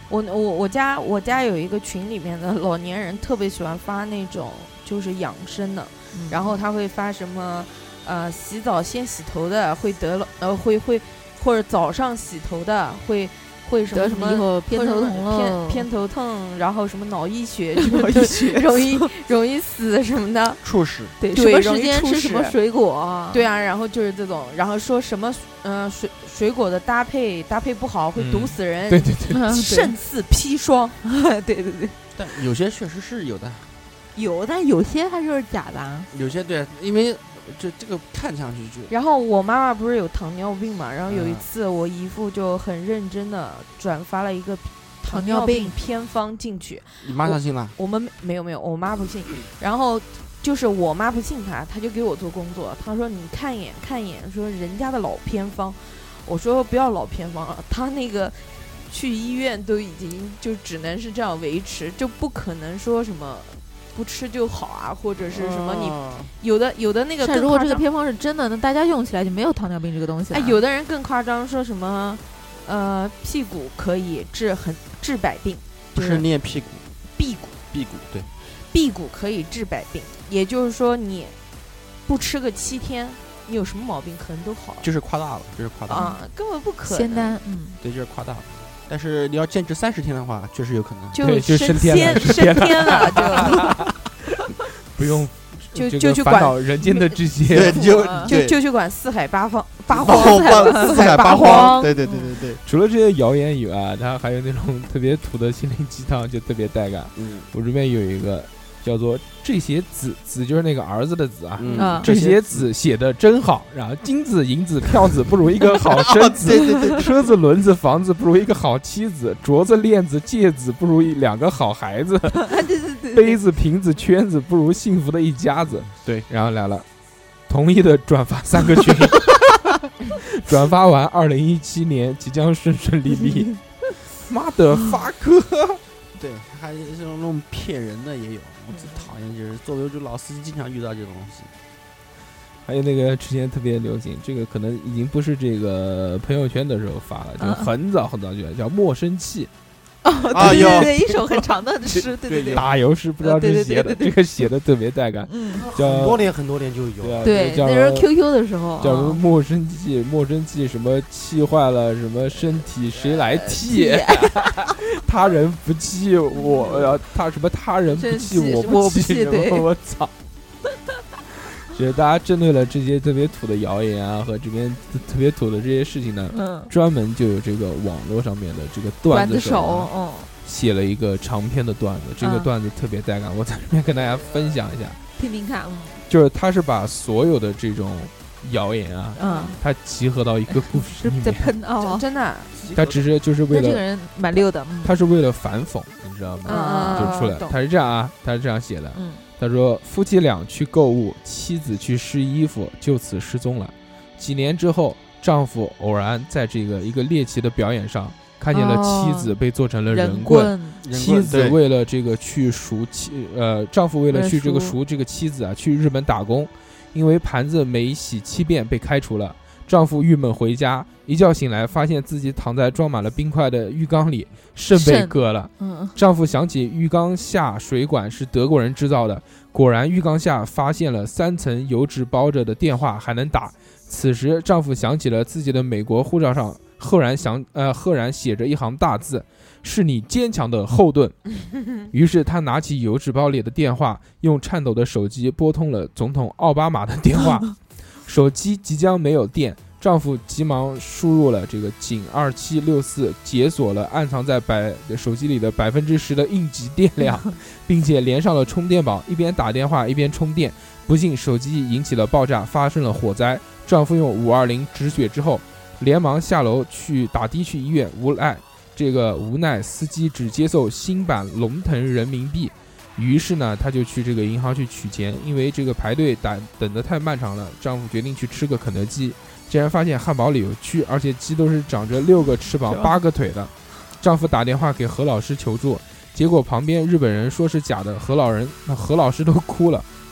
我我我家我家有一个群里面的老年人特别喜欢发那种就是养生的， 嗯然后他会发什么呃洗澡先洗头的会得了呃会会或者早上洗头的会会什么得什么以后偏头痛了， 偏偏头痛，然后什么脑溢血什么的，容易容易死什么的。 猝死， 对， 对什么时容易出间吃什么事水果， 对啊，然后就是这种，然后说什么呃水水果的搭配搭配不好会毒嗯死人， 对对对， 嗯， 胜似砒霜。 对对对对， 但有些确实是有的， 有，但有些它就是假的啊。 有些对，因为这这个看上去就然后我妈妈不是有糖尿病嘛，然后有一嗯次我姨父就很认真的转发了一个糖尿病尿病偏方进去， 你妈相信了， 我们没有没有，我妈不信，然后就是我妈不信他，他就给我做工作，他说你看一眼看一眼，说人家的老偏方，我说不要老偏方了，他那个去医院都已经就只能是这样维持，就不可能说什么不吃就好啊，或者是什么你哦有的有的那个是啊如果更夸张， 这个偏方是真的，那大家用起来就没有糖尿病这个东西了。 哎，有的人更夸张，说什么呃屁股可以治很治百病， 不就是练屁股， 辟谷。 辟谷对， 辟谷可以治百病，也就是说你不吃个七天，你有什么毛病可能都好了就是夸大了，就是夸大了， 啊，根本不可能。 仙丹，嗯， 对，就是夸大了。但是你要坚持三十天的话，确实有可能。 就对就升升天了仙升天了， 不用就这就去管个烦恼人间的这对， 些。 你就啊就对就去管四海八方八八荒荒四海八荒，对对对对对， 除了这些谣言以外，它还有那种特别土的心灵鸡汤，就特别带感。 嗯我这边有一个叫做“这些子”，子就是那个儿子的子啊。 嗯啊， 这些子写的真好，然后金子、银子、票子不如一个好生子， 对对对， 车子、轮子、房子不如一个好妻子，镯子、链子、戒指不如一两个好孩子， 对对对， 杯子、瓶子、圈子不如幸福的一家子。对，然后来了，同意的转发三个群，转发完，二零一七年即将顺顺利利。妈的发哥， 对，还有这种那种骗人的也有，我最讨厌就是作为就老司机经常遇到这种东西。 还有那个之前特别流行，这个可能已经不是这个朋友圈的时候发了，就是很早很早就叫莫生气。 哦， 啊有对对对，一首很长的诗，对对对， 打油诗不知道对对是写的， 对对对这个写的特别带感， 嗯， 很叫多年很多年就有。 对啊对， 叫那时候 Q Q 的时候， 叫什么啊莫生气，莫生气什么气坏了什么身体谁来替？他人不气我，呃，他什么他人不生气我气我不气什气对么？我操！就是大家针对了这些特别土的谣言啊和这边特别土的这些事情呢， 嗯， 专门就有这个网络上面的这个段段子手， 子手啊嗯， 写了一个长篇的段子，这个嗯段子特别带感，我在这边跟大家分享一下。 听听看，嗯就是他是把所有的这种谣言啊， 嗯， 他集合到一个故事是在里面， 喷哦， 真的他只是就是为了那这个人蛮溜的，嗯他是为了反讽，你知道吗？ 嗯就出来， 懂他是这样啊，他是这样写的， 嗯他说夫妻俩去购物，妻子去试衣服，就此失踪了。几年之后，丈夫偶然在这个一个猎奇的表演上看见了妻子被做成了人棍。 棍， 妻子为了这个去赎妻，呃，丈夫为了去这个赎这个妻子啊，去日本打工，因为盘子没洗七遍被开除了。丈夫郁闷回家，一觉醒来发现自己躺在装满了冰块的浴缸里，肾被肾割了。 嗯， 丈夫想起浴缸下水管是德国人制造的，果然浴缸下发现了三层油纸包着的电话还能打。此时丈夫想起了自己的美国护照上赫然想呃赫然写着一行大字，是你坚强的后盾。于是他拿起油纸包里的电话，用颤抖的手机拨通了总统奥巴马的电话。手机即将没有电，丈夫急忙输入了这个井二七六四，解锁了暗藏在百手机里的百分之十的应急电量，并且连上了充电宝，一边打电话一边充电。不幸手机引起了爆炸，发生了火灾。丈夫用五二零止血之后，连忙下楼去打的去医院，无奈这个无奈司机只接受新版龙腾人民币。于是呢，他就去这个银行去取钱，因为这个排队等等得太漫长了，丈夫决定去吃个肯德基，竟然发现汉堡里有蛆，而且鸡都是长着六个翅膀、八个腿的。丈夫打电话给何老师求助，结果旁边日本人说是假的，何老人那何老师都哭了，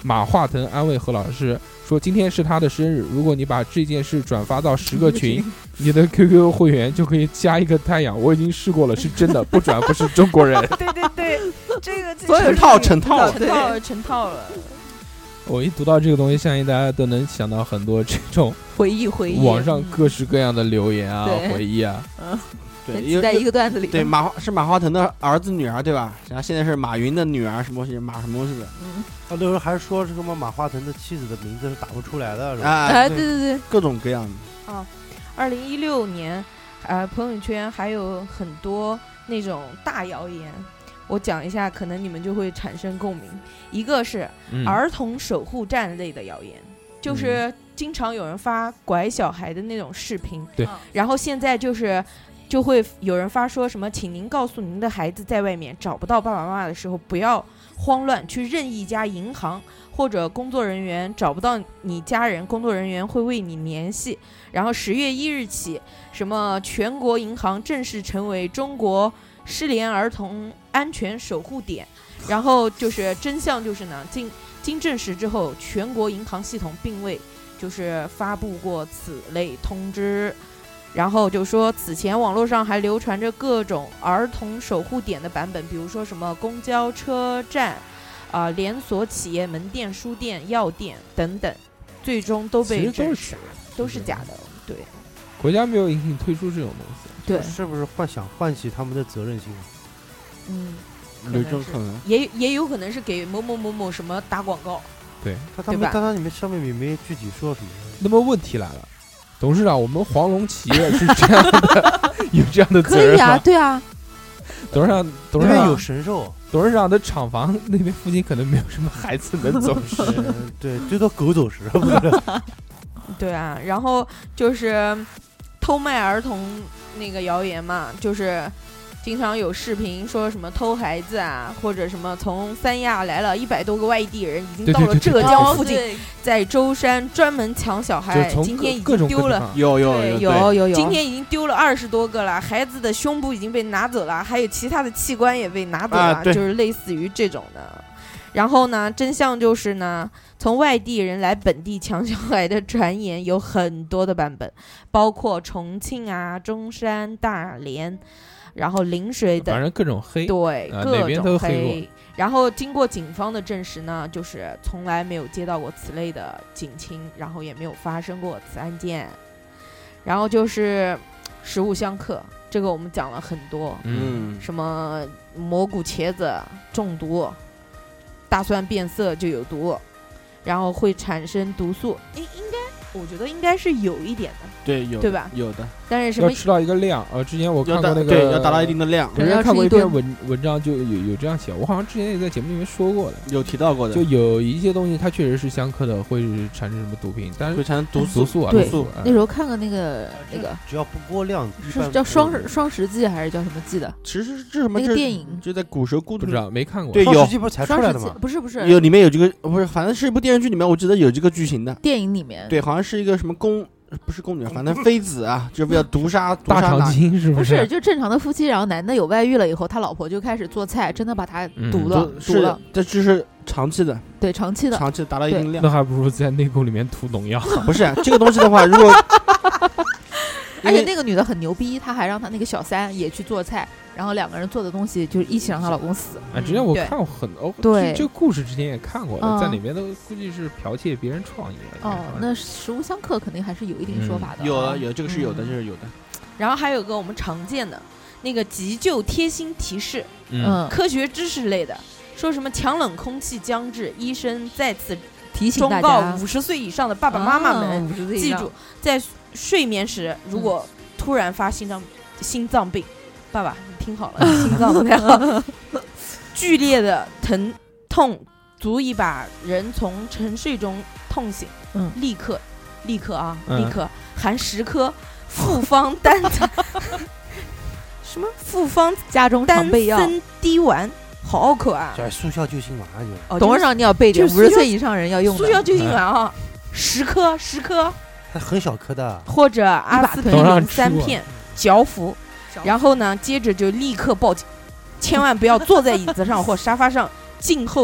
马化腾安慰何老师说，今天是他的生日，如果你把这件事转发到十个群，你的 Q Q 会员就可以加一个太阳。我已经试过了，是真的，不转不是中国人。 对对对，这个所有套成套成套了成套了。 我一读到这个东西，相信大家都能想到很多这种回忆回忆， 网上各式各样的留言啊、 对回忆啊。 嗯， 对， 挤在一个段子里。 对，马是马化腾的儿子女儿对吧？然后现在是马云的女儿，什么东西马什么东西的嗯， 啊，那时候还说这个嘛，马化腾的妻子的名字是打不出来的，是吧？ 啊， 哎，对对对， 各种各样的。 二零一六年，呃，朋友圈还有很多那种大谣言，我讲一下，可能你们就会产生共鸣。一个是嗯儿童守护站类的谣言，就是经常有人发拐小孩的那种视频， 对， 然后现在就是就会有人发说什么，请您告诉您的孩子在外面找不到爸爸妈妈的时候，不要慌乱，去任意一家银行或者工作人员找不到你家人，工作人员会为你联系。然后十月一日起，什么全国银行正式成为中国失联儿童安全守护点。然后就是真相就是呢，经经证实之后，全国银行系统并未就是发布过此类通知。然后就说，此前网络上还流传着各种儿童守护点的版本，比如说什么公交车站、啊、呃、连锁企业门店、书店、药店等等，最终都被其实都是证实，都是假的。对， 国家没有允许推出这种东西。 对， 是不是幻想唤起他们的责任心？ 嗯， 有这种可能， 也也有可能是给某某某某什么打广告。 对， 他他们对吧但它里面上面也没具体说什么。 那么问题来了，董事长，我们黄龙企业是这样的，有这样的责可以啊， 任吗？ 对啊， 董事长，董事长那边有神兽， 董事长的厂房那边附近可能没有什么孩子能走失。 呃对，最多狗走失，不是？ 对啊，然后就是偷卖儿童那个谣言嘛，就是经常有视频说什么偷孩子啊，或者什么从三亚来了一百多个外地人，已经到了对对对浙江附近， 哦对在舟山专门抢小孩就，从今天已各种经丢了。 各种有有对有有有有， 今天已经丢了二十多个了，孩子的胸部已经被拿走了，还有其他的器官也被拿走了， 啊对就是类似于这种的。然后呢，真相就是呢，从外地人来本地抢小孩的传言有很多的版本，包括重庆啊、中山、大连，然后陵水等， 反正各种黑。 对， 啊哪各边都黑种黑。然后经过警方的证实呢，就是从来没有接到过此类的警情，然后也没有发生过此案件。然后就是食物相克，这个我们讲了很多， 嗯， 嗯， 什么蘑菇茄子中毒，大蒜变色就有毒，然后会产生毒素。应应该，我觉得应该是有一点的， 对有对吧有的， 但是什么要吃到一个量。呃，之前我看要达过那个， 对要达到一定的量， 我之前看过一篇要吃一文文章，就有有这样写，我好像之前也在节目里面说过的， 有提到过的， 就有一些东西它确实是相克的，会产生什么毒品，但是会产生毒素。 毒素啊， 对毒素。 那时候看过那个那个只要不过量，一是般叫双不会双十记还是叫什么记的？ 其实这什么这那个电影就在古时候孤独不知道没看过。 对有双十记不是才出双十记来的吗？ 不是不是有里面有这个不是，反正是一部电视剧里面我记得有这个剧情的。 电影里面， 对，好像是一个什么宫，不是宫女，反正妃子啊，就为了毒杀毒大长杀哪今是是？ 不是就正常的夫妻，然后男的有外遇了以后，他老婆就开始做菜，真的把他嗯毒了， 都是毒了，， 这就是长期的， 对，长期的。 长期达到一定量那。还不如在内裤里面涂农药。 不是这个东西的话，如果而且那个女的很牛逼，她还让她那个小三也去做菜，然后两个人做的东西就是一起让她老公死。 啊，之前我对看过很多， 对这这个故事之前也看过的， 嗯在里面都估计是剽窃别人创意了。 哦，那食物相克肯定还是有一定说法的。 有了有这个是有的， 嗯这是有的。 然后还有个我们常见的那个急救贴心提示， 嗯， 嗯， 科学知识类的，说什么强冷空气将至，医生再次提醒忠告大家， 五十岁以上的爸爸妈妈们， 五十岁以上记住，在睡眠时如果突然发心脏心脏病，爸爸你听好了，心脏不太好，剧烈的疼痛足以把人从沉睡中痛醒， 嗯立刻立刻啊， 嗯立刻含十颗复方丹什么复方家中常丹备药。 参滴丸，好可爱。 叫速效救心丸就。 哦董事长，你要备点， 就是五十岁以上人要用的。 速效救心丸啊，十颗十颗， 它很小颗的， 或者阿司匹董事长林吃过三片嚼服，然后呢，接着就立刻报警，千万不要坐在椅子上或沙发上，静候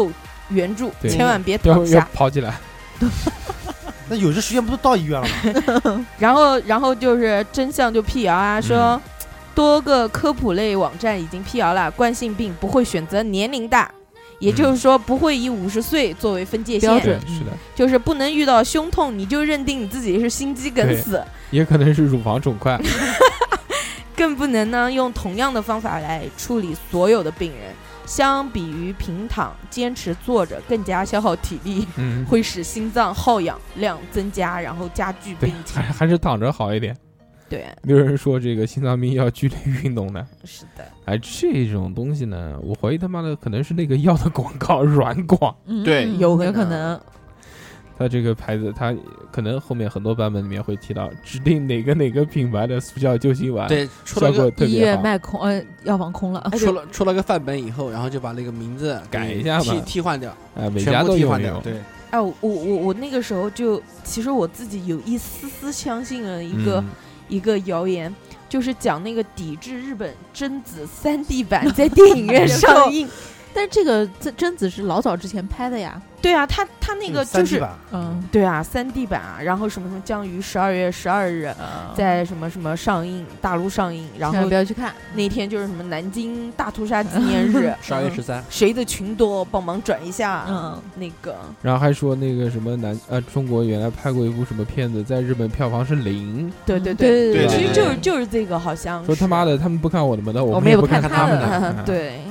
援助， 对千万别要要躺下。 跑起来。 那有这时间不都到医院了吗？ 然后，然后就是真相就辟谣啊，说、 嗯多个科普类网站已经辟谣了，冠心病不会选择年龄大，也就是说不会以五十岁作为分界线， 标准对是的， 就是不能遇到胸痛你就认定你自己是心肌梗死， 也可能是乳房肿块。 更不能呢用同样的方法来处理所有的病人。相比于平躺，坚持坐着更加消耗体力， 嗯， 会使心脏耗氧量增加，然后加剧对病，情还。还是躺着好一点。 对， 没有人说这个心脏病要剧烈运动的。 是的。 哎，这种东西呢，我怀疑他妈的可能是那个药的广告软广。 嗯对嗯有可有可能能。 它这个牌子，它可能后面很多版本里面会提到指定哪个哪个品牌的速效救心丸，， 对，出效果了个医特别好。 院卖空，呃，药房空了。 出了出了个范本以后，然后就把那个名字改一下嘛替替换掉， 哎，每全家都有部替换掉。 用。 对， 哎，我我我那个时候就，其实我自己有一丝丝相信了一个、 嗯一个谣言，就是讲那个抵制日本贞子 三 D 版在电影院上映。 但是这个贞贞子是老早之前拍的呀。 对啊，他他那个就三 D 是、 版， 嗯， 对啊， 三 D 版啊，然后什么什么将于十二月十二日在什么什么上映，大陆上映，然千万后不要去看。 那天就是什么南京大屠杀纪念日， 十二月十三， 谁的群多帮忙转一下， 嗯， 那个然后还说那个什么南呃，中国原来拍过一部什么片子，在日本票房是零， 对对对对其实对就是就是这个好像说他妈的， 的他们不看我的门的， 我们也们也不看看他们他的。 嗯对。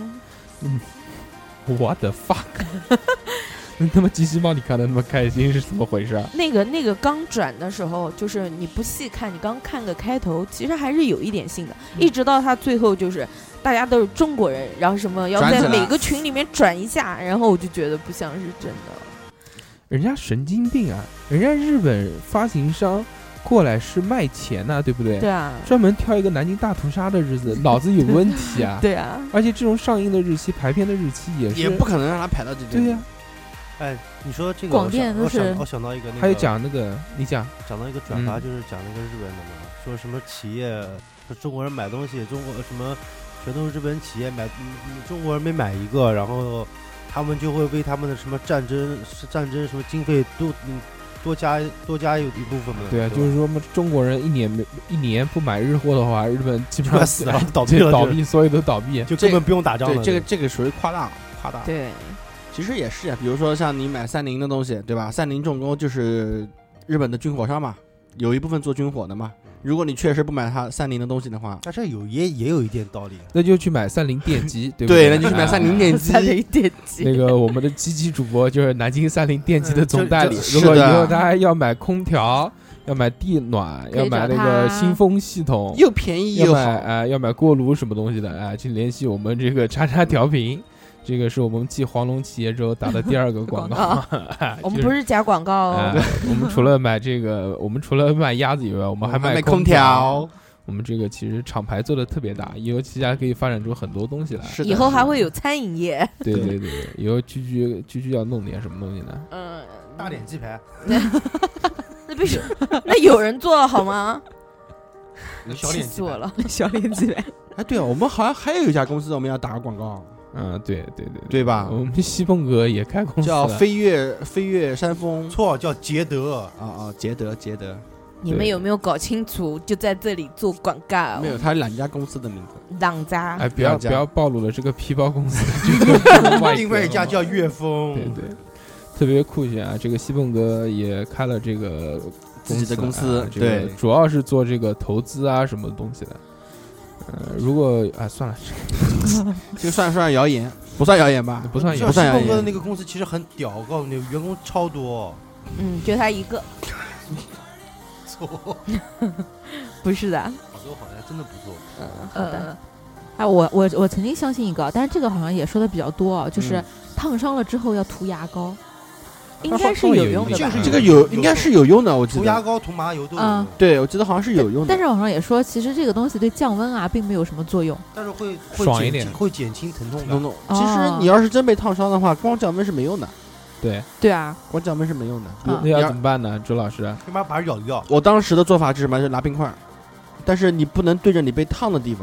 What the fuck？那他妈机器帮你看的那么开心是怎么回事啊？ 那个那个刚转的时候，就是你不细看，你刚看个开头，其实还是有一点信的， 嗯一直到他最后就是大家都是中国人，然后什么要转起来在每个群里面转一下，然后我就觉得不像是真的。 人家神经病啊！人家日本发行商过来是卖钱呐、对不对？ 对啊， 专门挑一个南京大屠杀的日子，脑子有问题啊！ 对啊， 而且这种上映的日期、排片的日期也是也不可能让他排到这边。 对呀、 哎，你说这个广我想电都是我想我想到一个那个， 还有讲那个，你讲， 讲到一个转发， 嗯就是讲那个日本的嘛，说什么企业说中国人买东西，中国什么全都是日本企业买，嗯嗯中国人没买一个，然后他们就会为他们的什么战争是战争什么经费多嗯多加多加有一部分嘛。 对啊， 吧就是说嘛，中国人一年没一年不买日货的话，日本基本上就快死了，倒闭了，就就倒闭，所有都倒闭。 就根本不用打仗了。 对，这个这个属于夸大夸大。 对， 其实也是啊，比如说像你买三菱的东西，对吧？三菱重工就是日本的军火商嘛，有一部分做军火的嘛。如果你确实不买它三菱的东西的话， 但是有也也有一点道理。 那就去买三菱电机，对不对， 对？ 那就去买三菱电机。 三菱电机。 那个我们的机器主播就是南京三菱电机的总代理嗯这。 如果以是的后他还要买空调，要买地暖， 可以要买那找个他新风系统， 又便宜要又好。 买哎、要买锅炉什么东西的哎、去联系我们这个叉叉调频。这个是我们继黄龙企业之后打的第二个广告。哎我们就不是假广告哎哦， 我们除了买这个，我们除了卖鸭子以外，我们还卖还卖空调。 调。 我们这个其实厂牌做的特别大，以后旗下可以发展出很多东西来。 是的以后还会有餐饮业。 对对对对，以后居居居居要弄点什么东西呢？ 嗯， 大脸鸡排， 那必须，那有人做了好吗？气小脸鸡排， 死我了，小脸鸡排。 哎，对啊，我们好像还有一家公司，我们要打个广告， 嗯，对对对对吧我？们西凤哥也开公司叫了， 飞跃飞跃山峰。 错叫捷德。 啊啊，捷德捷德你们有没有搞清楚？就在这里做广告， 没有，它是两家公司的名字。 两家。 哎，不要两家不要暴露了这个皮包公司的这个外另外一壳家叫岳峰， 对对，特别酷炫啊！这个西凤哥也开了这个自己的公司公司啊这个对主要是做这个投资啊什么东西的。呃，如果啊算了， 这个算不算谣言？不算谣言吧？ 不算谣不算谣西凤哥的言。 那个公司其实很屌，我告诉你，员工超多。 嗯，就他一个， 错， 不是的。 好多好像真的不错。 嗯，好的。 呃，哎，我我我曾经相信一个，但是这个好像也说的比较多啊，就是嗯烫伤了之后要涂牙膏。 应该是有用的吧？ 就是这个有应该是有用的，我记得。 涂牙膏、涂麻油都有用嗯， 对，我记得好像是有用的但。是网上也说，其实这个东西对降温啊并没有什么作用。 但是会会爽一点减轻会减轻疼痛感。 弄弄，其实你要是真被烫伤的话，光降温是没用的， 对， 对啊， 光降温是没用的。 嗯那要怎么办呢？周老师， 干嘛把它咬掉？ 我当时的做法是什么？是拿冰块，但是你不能对着你被烫的地方，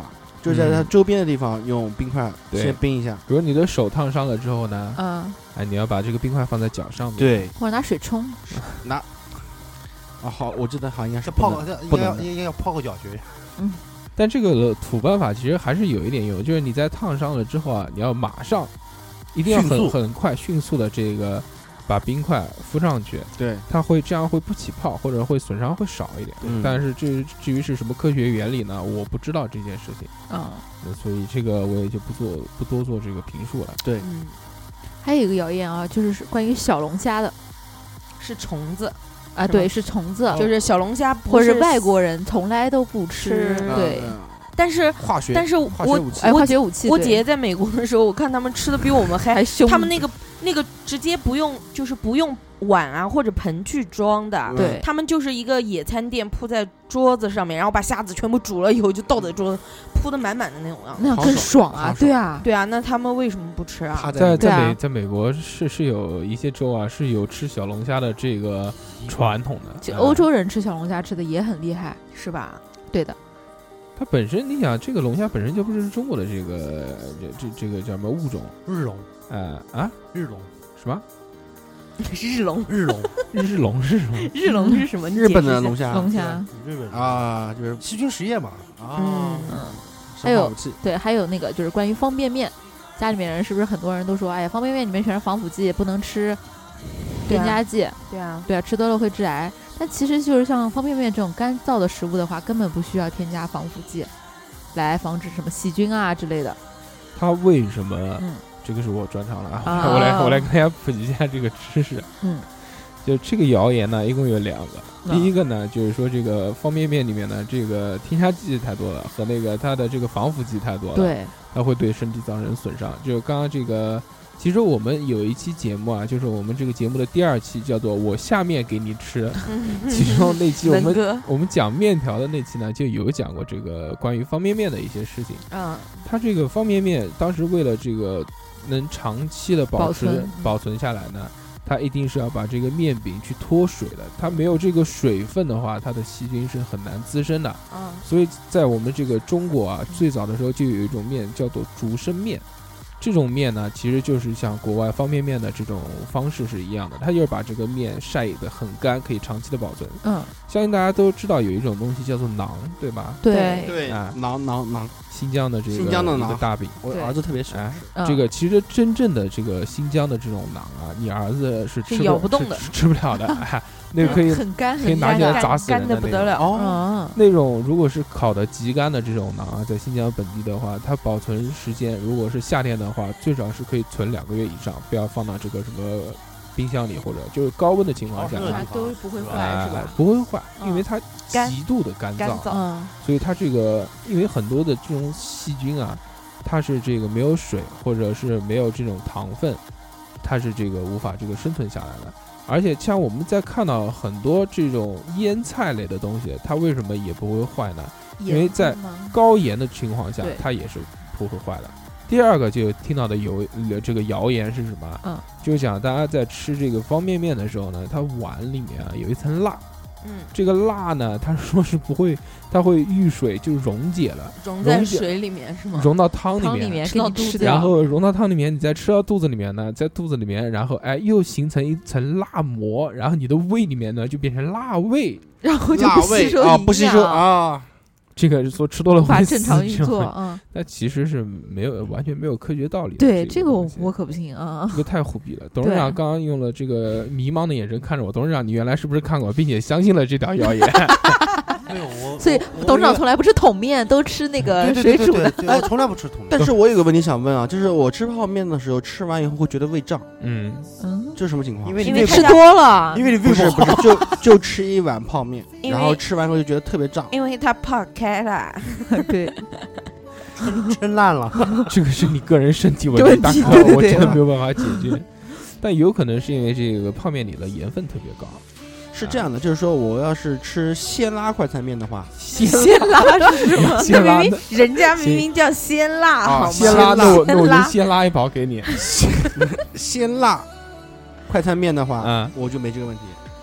就是在它周边的地方用冰块对先冰一下。 比如你的手烫伤了之后呢， 嗯， 哎，你要把这个冰块放在脚上面。 对， 或者拿水冲。 拿啊好，我记得好像应该是这泡个不能应不能的该要应该要泡个脚去。 但这个土办法其实还是有一点用，就是你在烫伤了之后啊，你要马上，一定要很迅速很快、迅速的这个把冰块敷上去， 对， 它会这样会不起泡，或者会损伤会少一点。 嗯但是至于至于是什么科学原理呢，我不知道这件事情， 嗯， 那所以这个我也就不做不多做这个评述了。 对， 嗯， 还有一个谣言啊，就是关于小龙虾的是虫子， 啊， 是吗对，是虫子， 就是小龙虾不或者是是外国人从来都不吃吃， 对， 嗯但是化学， 但是化学我武器哎， 我化学武器， 我对姐在美国的时候，我看他们吃的比我们还还凶， 他们那个那个直接不用，就是不用碗啊或者盆去装的， 嗯对他们就是一个野餐垫铺在桌子上面，然后把虾子全部煮了以后就倒在桌子，铺的满满的那种样。 那样更好爽爽啊， 好爽对啊， 对啊，那他们为什么不吃啊？ 趴在在对啊在美在美国是是有一些州啊是有吃小龙虾的这个传统的，哎就欧洲人吃小龙虾吃的也很厉害， 是吧？ 对的， 它本身你想这个龙虾本身就不是中国的这个这这这个叫什么物种， 日龙， 呃啊日龙， 什么日龙， 日龙， 日龙日龙日龙是什么？你日本的解释一下龙虾龙虾， 日本啊，就是细菌实验嘛。 啊嗯， 嗯，还有生化武器， 对，还有那个就是关于方便面，家里面人是不是很多人都说，哎呀，方便面里面全是防腐剂，不能吃对啊添加剂， 对啊， 对啊，吃多了会致癌。但其实就是像方便面这种干燥的食物的话，根本不需要添加防腐剂，来防止什么细菌啊之类的。 它为什么？ 嗯这个是我专长了啊！ 啊我来我来跟大家普及一下这个知识。 嗯， 就这个谣言呢，一共有两个。 嗯第一个呢，就是说这个方便面里面呢，这个添加剂太多了，和那个它的这个防腐剂太多了，， 对， 它会对身体造成损伤。就刚刚这个，其实我们有一期节目啊，就是我们这个节目的第二期，叫做“我下面给你吃”，其中那期我们能哥， 我们讲面条的那期呢，就有讲过这个关于方便面的一些事情。 嗯， 它这个方便面当时为了这个能长期的保持保存保存下来呢，它一定是要把这个面饼去脱水的。它没有这个水分的话，它的细菌是很难滋生的。 嗯， 所以在我们这个中国啊，最早的时候就有一种面叫做竹升面。这种面呢，其实就是像国外方便面的这种方式是一样的，它就是把这个面晒得很干，可以长期的保存。 嗯， 相信大家都知道有一种东西叫做馕，对吧？ 对， 对， 啊馕馕馕， 新疆的这个新疆的馕一个大饼。 我对儿子特别喜欢哎吃。， 嗯这个其实真正的这个新疆的这种馕啊，你儿子是吃是咬不动的吃吃不了的，哎，那个可以很干， 可以拿很干的起来砸死人干的那种。 的不得了。 哦， 嗯， 那种如果是烤的极干的这种馕啊，在新疆本地的话，它保存时间如果是夏天的话，最少是可以存两个月以上，不要放到这个什么冰箱里或者就是高温的情况下哦， 啊都不会坏哎是吧？ 不会坏， 嗯因为它干极度的干燥， 干燥嗯， 所以它这个因为很多的这种细菌啊，它是这个没有水或者是没有这种糖分，它是这个无法这个生存下来的。而且像我们在看到很多这种腌菜类的东西，它为什么也不会坏呢？因为在盐吗高盐的情况下对， 它也是不会坏的。第二个就听到的有这个谣言是什么？ 嗯， 就是讲大家在吃这个方便面的时候呢，它碗里面啊有一层蜡， 嗯， 这个蜡呢，他说是不会，它会遇水就溶解了， 溶在溶解水里面是吗？ 融到汤里汤里面， 面给你吃到肚子吃掉， 然后融到汤里面，你再吃到肚子里面呢，在肚子里面，然后哎又形成一层蜡膜，然后你的胃里面呢就变成辣味， 然后就辣不吸味啊， 收营不吸收养， 啊， 这个是说吃多了无法会正常运死这种作，嗯， 那其实是没有完全没有科学道理的。 对，这个这东西我我可不信啊， 这个太虎逼了。董事长刚刚用了这个迷茫的眼神看着我，董事长，你原来是不是看过，并且相信了这条谣言？ 没有我， 所以我董事长从来不吃桶面，都吃那个对水煮的， 对对对对我从来不吃桶面。 但是我有个问题想问啊，就是我吃泡面的时候，吃完以后会觉得胃胀， 嗯， 嗯， 这是什么情况？ 因为你因为胃不吃多了， 因为你胃不是不好， 不是，就就吃一碗泡面， 因为然后吃完以后就觉得特别胀。 因为它泡开了， 对， 撑烂了。 这个是你个人身体问对题，大哥对对，对我真的没有办法解决。但有可能是因为这个泡面里的盐分特别高。 是这样的，就是说我要是吃鲜拉快餐面的话， 鲜鲜辣是什么？ 鲜辣明明人家明明叫鲜辣， 啊好吗？ 鲜拉，那我那我就鲜辣先拉一包给你。 鲜辣快餐面的话， 嗯我就没这个问题。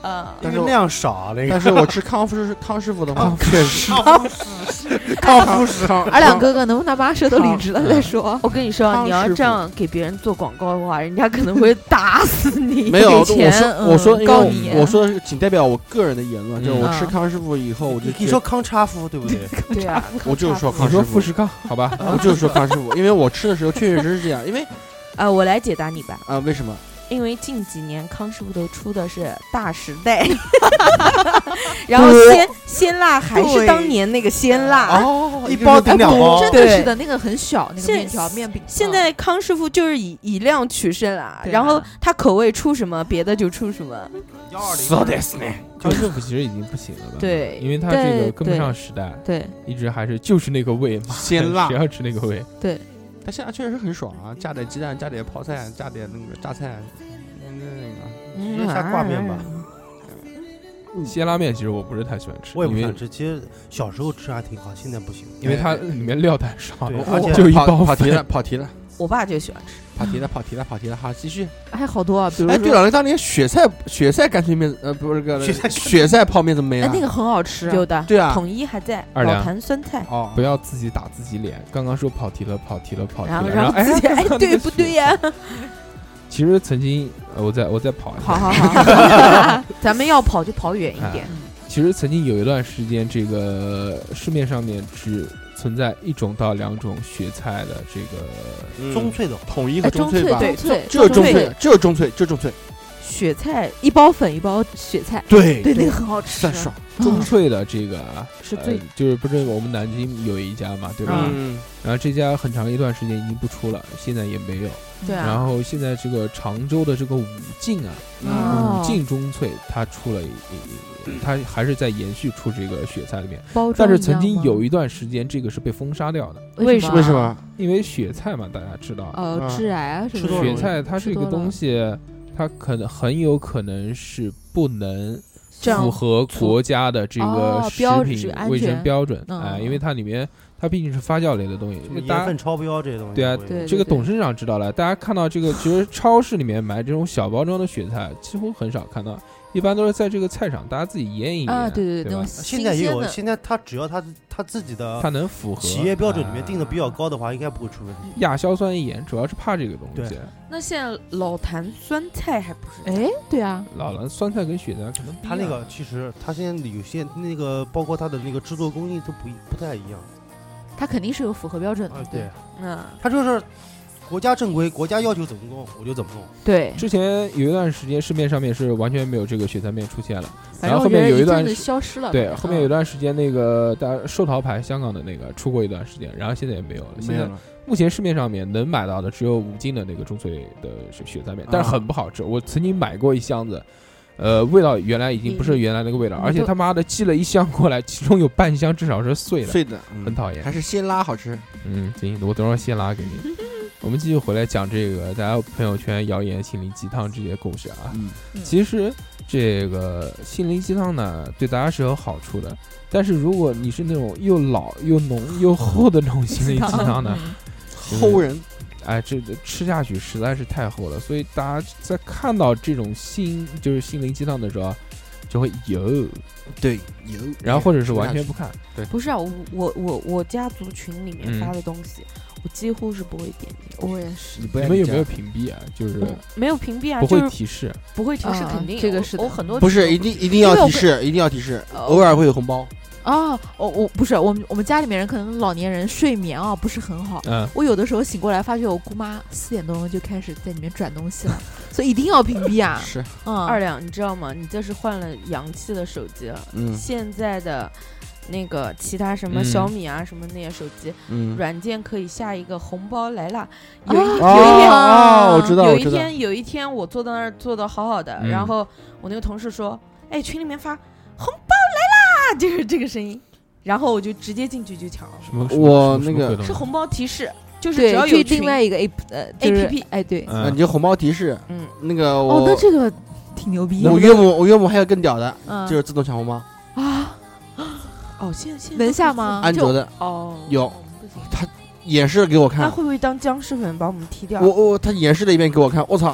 啊， 但是我因为那样少啊，那个但是我吃康师是康师傅的话，确实康师康夫师康二两哥哥能不能把舌头理直了再说？ 我跟你说， 康师傅你要这样给别人做广告的话，人家可能会打死你。 没有，我给钱说我说，因为我告你我说的是仅代表我个人的言论，就是我嗯吃康师傅以后，我就觉你说康差夫对不对？ 对啊， 我就是说康你师傅， 说富士康，好吧？ 我就是说康师傅，因为我吃的时候确实是这样，因为呃，我来解答你吧。 啊，为什么？ 因为近几年康师傅都出的是大时代，然后鲜鲜辣还是当年那个鲜辣。 哦一包顶两包， 真的是的，那个很小，那个现面条面饼。 现在康师傅就是以以量取胜啦， 对啊然后他口味出什么，别的就出什么。 幺二零そうですね。 康师傅其实已经不行了吧？ 对因为他这个对跟不上时代， 对， 一直还是就是那个味嘛， 鲜辣谁要吃那个味？ 它现在确实很爽啊，加点鸡蛋，加点泡菜，加点那个榨菜，那那个。 直接下挂面吧。 鲜拉面其实我不是太喜欢吃，因为我也不想吃，其实小时候吃还挺好，现在不行。 因为它里面料太少了， 对而且就一跑包粉跑题了，跑题了， 我爸就喜欢吃。 跑题了，跑题了，跑题了。好，继续。 还好多啊，比如哎， 说， 对了，那当年雪菜雪菜干脆面，呃，不是个雪菜雪菜泡面怎么没了？ 哎那个很好吃， 有的， 对啊统一还在二两老坛酸菜， 哦， 不要自己打自己脸。刚刚说跑题了，跑题了，跑题然后了， 然后后自己哎， 那个对不对呀？ 其实曾经，呃我再我再跑一下。 好好好，咱们要跑就跑远一点。 其实曾经有一段时间，这个市面上面只存在一种到两种雪菜的这个， 嗯中脆的统一和哎中脆中脆吧， 对中脆， 只有中脆脆，只有中脆，只有中脆。 雪菜一包粉一包雪菜， 对对，那个很好吃算，爽。 中脆的这个啊是最呃就是不是我们南京有一家嘛，对吧？ 嗯， 然后这家很长一段时间已经不出了，现在也没有。 对啊， 然后现在这个常州的这个武进啊， 哦武进中脆，它出了一，一它还是在延续出这个雪菜里面。 包装但是曾经一样吗有一段时间，这个是被封杀掉的， 为什什为什么？ 因为雪菜嘛，大家知道， 呃嗯致癌啊什么的？ 吃多了雪菜它这个东西，它可能很有可能是不能这样符合国家的这个哦食标志品卫安全生标准， 嗯哎，因为它里面它毕竟是发酵类的东西， 什么大家盐分超标这些东西。 对啊会对这个董事长知道了，大家看到这个，其实超市里面买这种小包装的雪菜，几乎很少看到，一般都是在这个菜场大家自己腌一腌， 啊，对对对吧那种现在也有， 新鲜的现在他只要他他自己的它能符合企业标准里面定的比较啊高的话，应该不会出问题。 亚硝酸盐，主要是怕这个东西对。 那现在老坛酸菜还不是？ 哎，对啊， 老了酸菜跟雪菜可能不一样他那个其实他现在有些那个包括他的那个制作工艺都不一不太一样。 它肯定是有符合标准的啊，，对， 嗯， 他就是国家正规，国家要求怎么弄我就怎么弄。 对， 之前有一段时间市面上面是完全没有这个雪菜面出现了， 反正然后后我觉得一面有段阵子消失了。 对，后面有嗯段时间那个大家寿桃牌香港的那个出过一段时间，然后现在也没有了。现在没有了。 目前市面上面能买到的只有五斤的那个中脆的雪雪菜面，但是很不好吃。我曾经买过一箱子，呃，味道原来已经不是原来那个味道， 你而且都他妈的寄了一箱过来，其中有半箱至少是碎的， 碎的，嗯很讨厌还。是鲜拉好吃。 嗯，行，我等会儿先拉给你。我们继续回来讲这个大家朋友圈谣言、心灵鸡汤这些故事啊。 嗯， 其实这个心灵鸡汤呢，对大家是有好处的。但是如果你是那种又老又浓又厚的那种心灵鸡汤呢， 齁人。 哎，这个吃下去实在是太厚了，所以大家在看到这种心就是心灵鸡汤的时候，就会有， 对，有。 然后或者是完全不看。 不是啊，我我我我家族群里面嗯发的东西，我几乎是不会点进去。 我也是你不爱你家你们有没有屏蔽啊？就是嗯没有屏蔽啊， 不会就是提示。 不会提示， 啊肯定我这个是的我很多不是群一定一定要因为我提示，一定要提示， 呃偶尔会有红包。 啊，我我不是我们我们家里面人可能老年人睡眠啊不是很好， 嗯， 我有的时候醒过来发觉我姑妈四点多钟就开始在里面转东西了，所以一定要屏蔽啊。 是， 嗯， 二两，你知道吗？你这是换了洋气的手机了。 嗯现在的那个其他什么嗯小米啊、什么那些手机嗯。 软件可以下一个红包来啦。有一、 啊有一哦天。 哦，我知道，我知道。 有一天，有一天我坐到那儿坐的好好的， 嗯然后我那个同事说：“哎，群里面发红包来啦！”就是这个声音，然后我就直接进去就抢了。 什么？ 我什么那个什么鬼东西是红包提示，就是只对，就要有群另外一个 A P 呃就是 A P P 哎对， 啊， 嗯你就红包提示， 嗯， 那个哦， 我那这个挺牛逼的， 我岳母，我岳母还有更屌的， 嗯就是自动抢红包， 啊， 哦，现在现在能下吗？ 安卓的哦， 有不行演示给我看， 那会不会当僵尸粉把我们踢掉？ 我我他演示了一遍给我看，我操，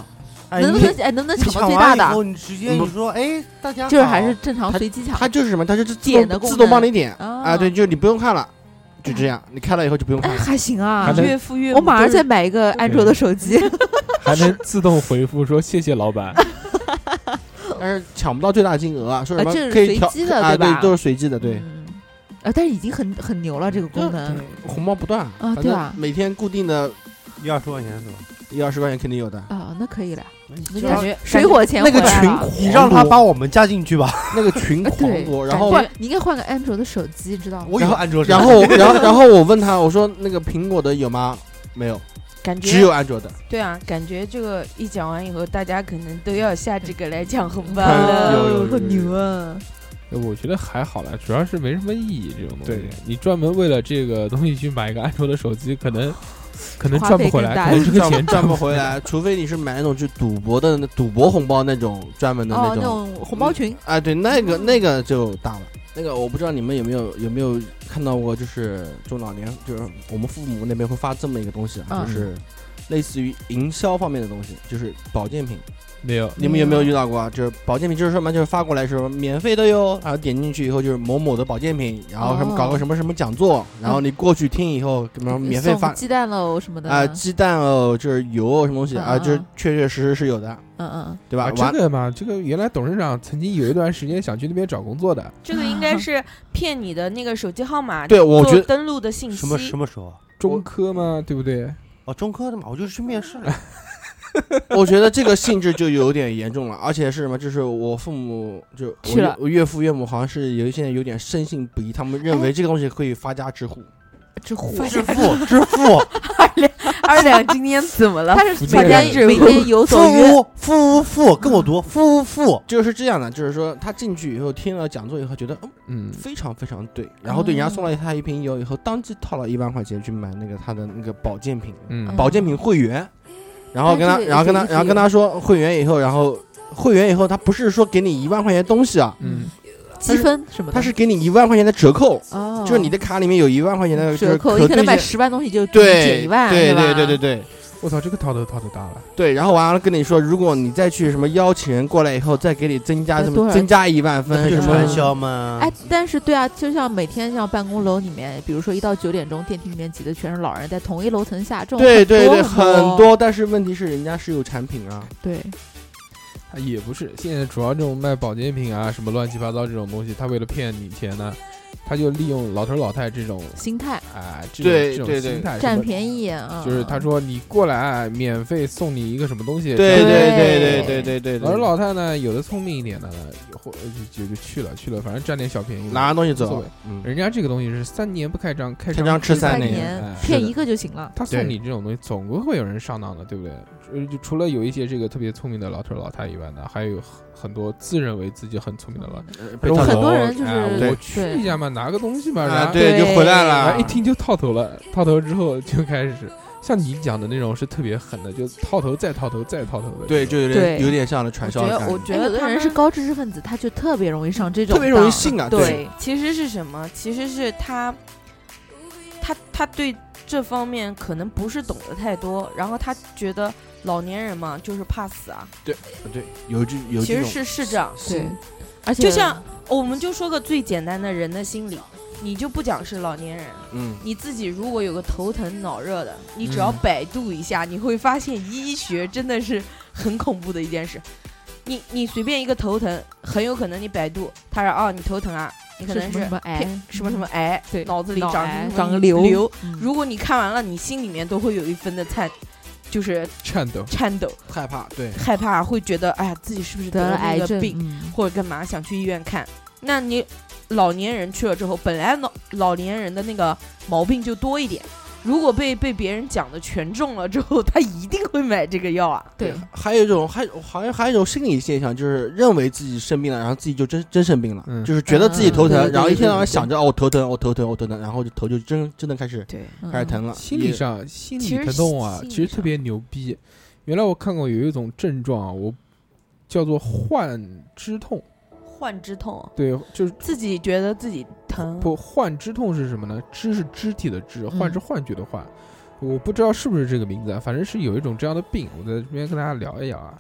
哎， 能不你能哎能不能你抢到最大的？ 完以后，你直接你说哎，大家就是好还是正常随机抢它就是什么？它就是自点的功动自动帮能你点啊啊，对，就你不用看了，就这样，你开了以后就不用看哎， 了。 还行啊还，能岳父岳母我马上都是再买一个安卓的手机。 还能自动回复说谢谢老板。 但是抢不到最大金额啊，说什么啊这是可以调随机的啊， 对吧都是随机的，对。 嗯，啊，但是已经很很牛了这个功能。 红包不断啊反正对啊每天固定的一二十块钱是吧？ 一二十块钱肯定有的。 啊，那可以了，那感觉水火钱那个回来了群狂你让他多把我们加进去吧。 那个群狂对多，然后感觉你应该换个安卓的手机，知道吗？ 我有安卓手机， 然后然后然后我问他，我说那个苹果的有吗？没有， 感觉只有安卓的。 对啊，感觉这个一讲完以后，大家可能都要下这个来抢红包嗯了。 有有有很牛啊！ 我觉得还好啦，主要是没什么意义这种东西对。 你专门为了这个东西去买一个安卓的手机，可能可能花赚不回来， 费更大可能这个赚钱赚不不回来，除非你是买那种去赌博的赌博红包那种专门的哦，那那种。 种红包群， 啊，对，那个那个就大了。那个我不知道你们有没有有没有看到过，就是中老年，就是我们父母那边会发这么一个东西啊， 嗯就是类似于营销方面的东西，就是保健品。 没有。 你们有没有遇到过啊？就是保健品，就是什么？就是发过来说免费的哟，然后点进去以后就是某某的保健品，然后什么哦搞个什么什么讲座，然后你过去听以后，什么免费发送鸡蛋喽什么的啊鸡蛋哦，就是油哦什么东西啊， 嗯嗯就是确确实实是有的， 嗯嗯， 对吧啊？这完个嘛，这个原来董事长曾经有一段时间想去那边找工作的， 这个应该是骗你的那个手机号码， 对我觉得做登录的信息。 什么什么时候啊？ 中科嘛，对不对？ 哦，中科的嘛，我就是去面试了。 我觉得这个性质就有点严重了，而且是什么？就是我父母就我去了岳我岳父岳母好像是有现在有点深信不疑，他们认为这个东西可以发家致富。 知乎致富，致富， 二两今天怎么了？ 他是福建每天人每天有所约， 富富富，跟我读富富。 就是这样的，就是说他进去以后听了讲座以后，觉得嗯嗯， 非常非常对，然后对人家哦送了他一瓶油以后，当即掏了一万块钱去买那个他的那个保健品， 嗯， 保健品会员，然后跟他， 但这个然后跟他， 这个然后跟他说会员以后，然后会员以后他不是说给你一万块钱东西啊， 嗯， 积分什么的， 他是给你一万块钱的折扣， 哦， 就是你的卡里面有一万块钱的就是折扣，你可能买可兑现十万东西就对减一万， 对吧对对对对我操，这个套头套头大了。 对，然后完了跟你说，如果你再去什么邀请人过来以后，再给你增加什多少么增加一万那不就分什么传销吗？ 哎，但是对啊，就像每天像办公楼里面，比如说一到九点钟，电梯里面挤的全是老人，在同一楼层下，这种对对对， 很很多，但是问题是人家是有产品啊， 对， 啊，也不是，现在主要这种卖保健品啊，什么乱七八糟这种东西，他为了骗你钱呢，他就利用老头老太这种心态啊，这种这种对对对心态， 占什么便宜啊， 就是他说你过来免费送你一个什么东西， 对这样对对对对对对对， 老头老太呢，有的聪明一点的呢，或就就就去了去了，反正占点小便宜， 拿完东西走无所谓， 嗯， 人家这个东西是三年不开张，开开张吃三三年年哎骗一个就行了。 他送对你这种东西，总归会有人上当的，对不对？呃，就除了有一些这个特别聪明的老头老太以外呢，还有很很多自认为自己很聪明的老。 呃被套头很多人就是哎对我去一下嘛，拿个东西嘛，然啊， 后对，就回来了然后一，听就套头了，套头之后就开始像你讲的那种是特别狠的，就套头再套头再套头的， 对，就有对点有点像的传销我觉得， 的感觉， 我觉哎，有的得他们人是高知识分子，他就特别容易上这种特别容易当信啊， 对，其实是什么？其实是他，他他对这方面可能不是懂得太多，然后他觉得老年人嘛就是怕死啊， 对，有这有其实这种是是这样。 对，而且就像我们就说个最简单的人的心理，你就不讲是老年人， 嗯， 你自己如果有个头疼脑热的，你只要嗯百度一下，你会发现医学真的是很恐怖的一件事。你你随便一个头疼，很有可能你百度，他说哦你头疼啊，你可能是什么什么癌偏什么什么癌， 对脑子里脑癌长什么长个瘤瘤。 嗯如果你看完了，你心里面都会有一分的颤，就是颤抖。 颤抖、 害怕，对， 害怕，会觉得哎呀自己是不是得了了癌症那个病， 嗯或者干嘛想去医院看。那你老年人去了之后，本来老老年人的那个毛病就多一点，如果被被别人讲的全中了之后，他一定会买这个药啊。 对， 还有一种，还好像还有一种心理现象，就是认为自己生病了，然后自己就真真生病了， 嗯就是觉得自己头疼， 嗯对对然后一天到晚对对想着哦我头疼，我头疼，我头疼，然后就头就真真的开始对， 嗯开始疼了， 心理也上心其实理疼痛啊， 心理其实特别牛逼。原来我看过有一种症状啊，我叫做幻肢痛， 患肢痛， 对，就是自己觉得自己疼， 不幻肢痛是什么呢？肢是肢体的肢，幻是嗯幻觉的幻。我不知道是不是这个名字啊，反正是有一种这样的病，我在这边跟大家聊一聊啊。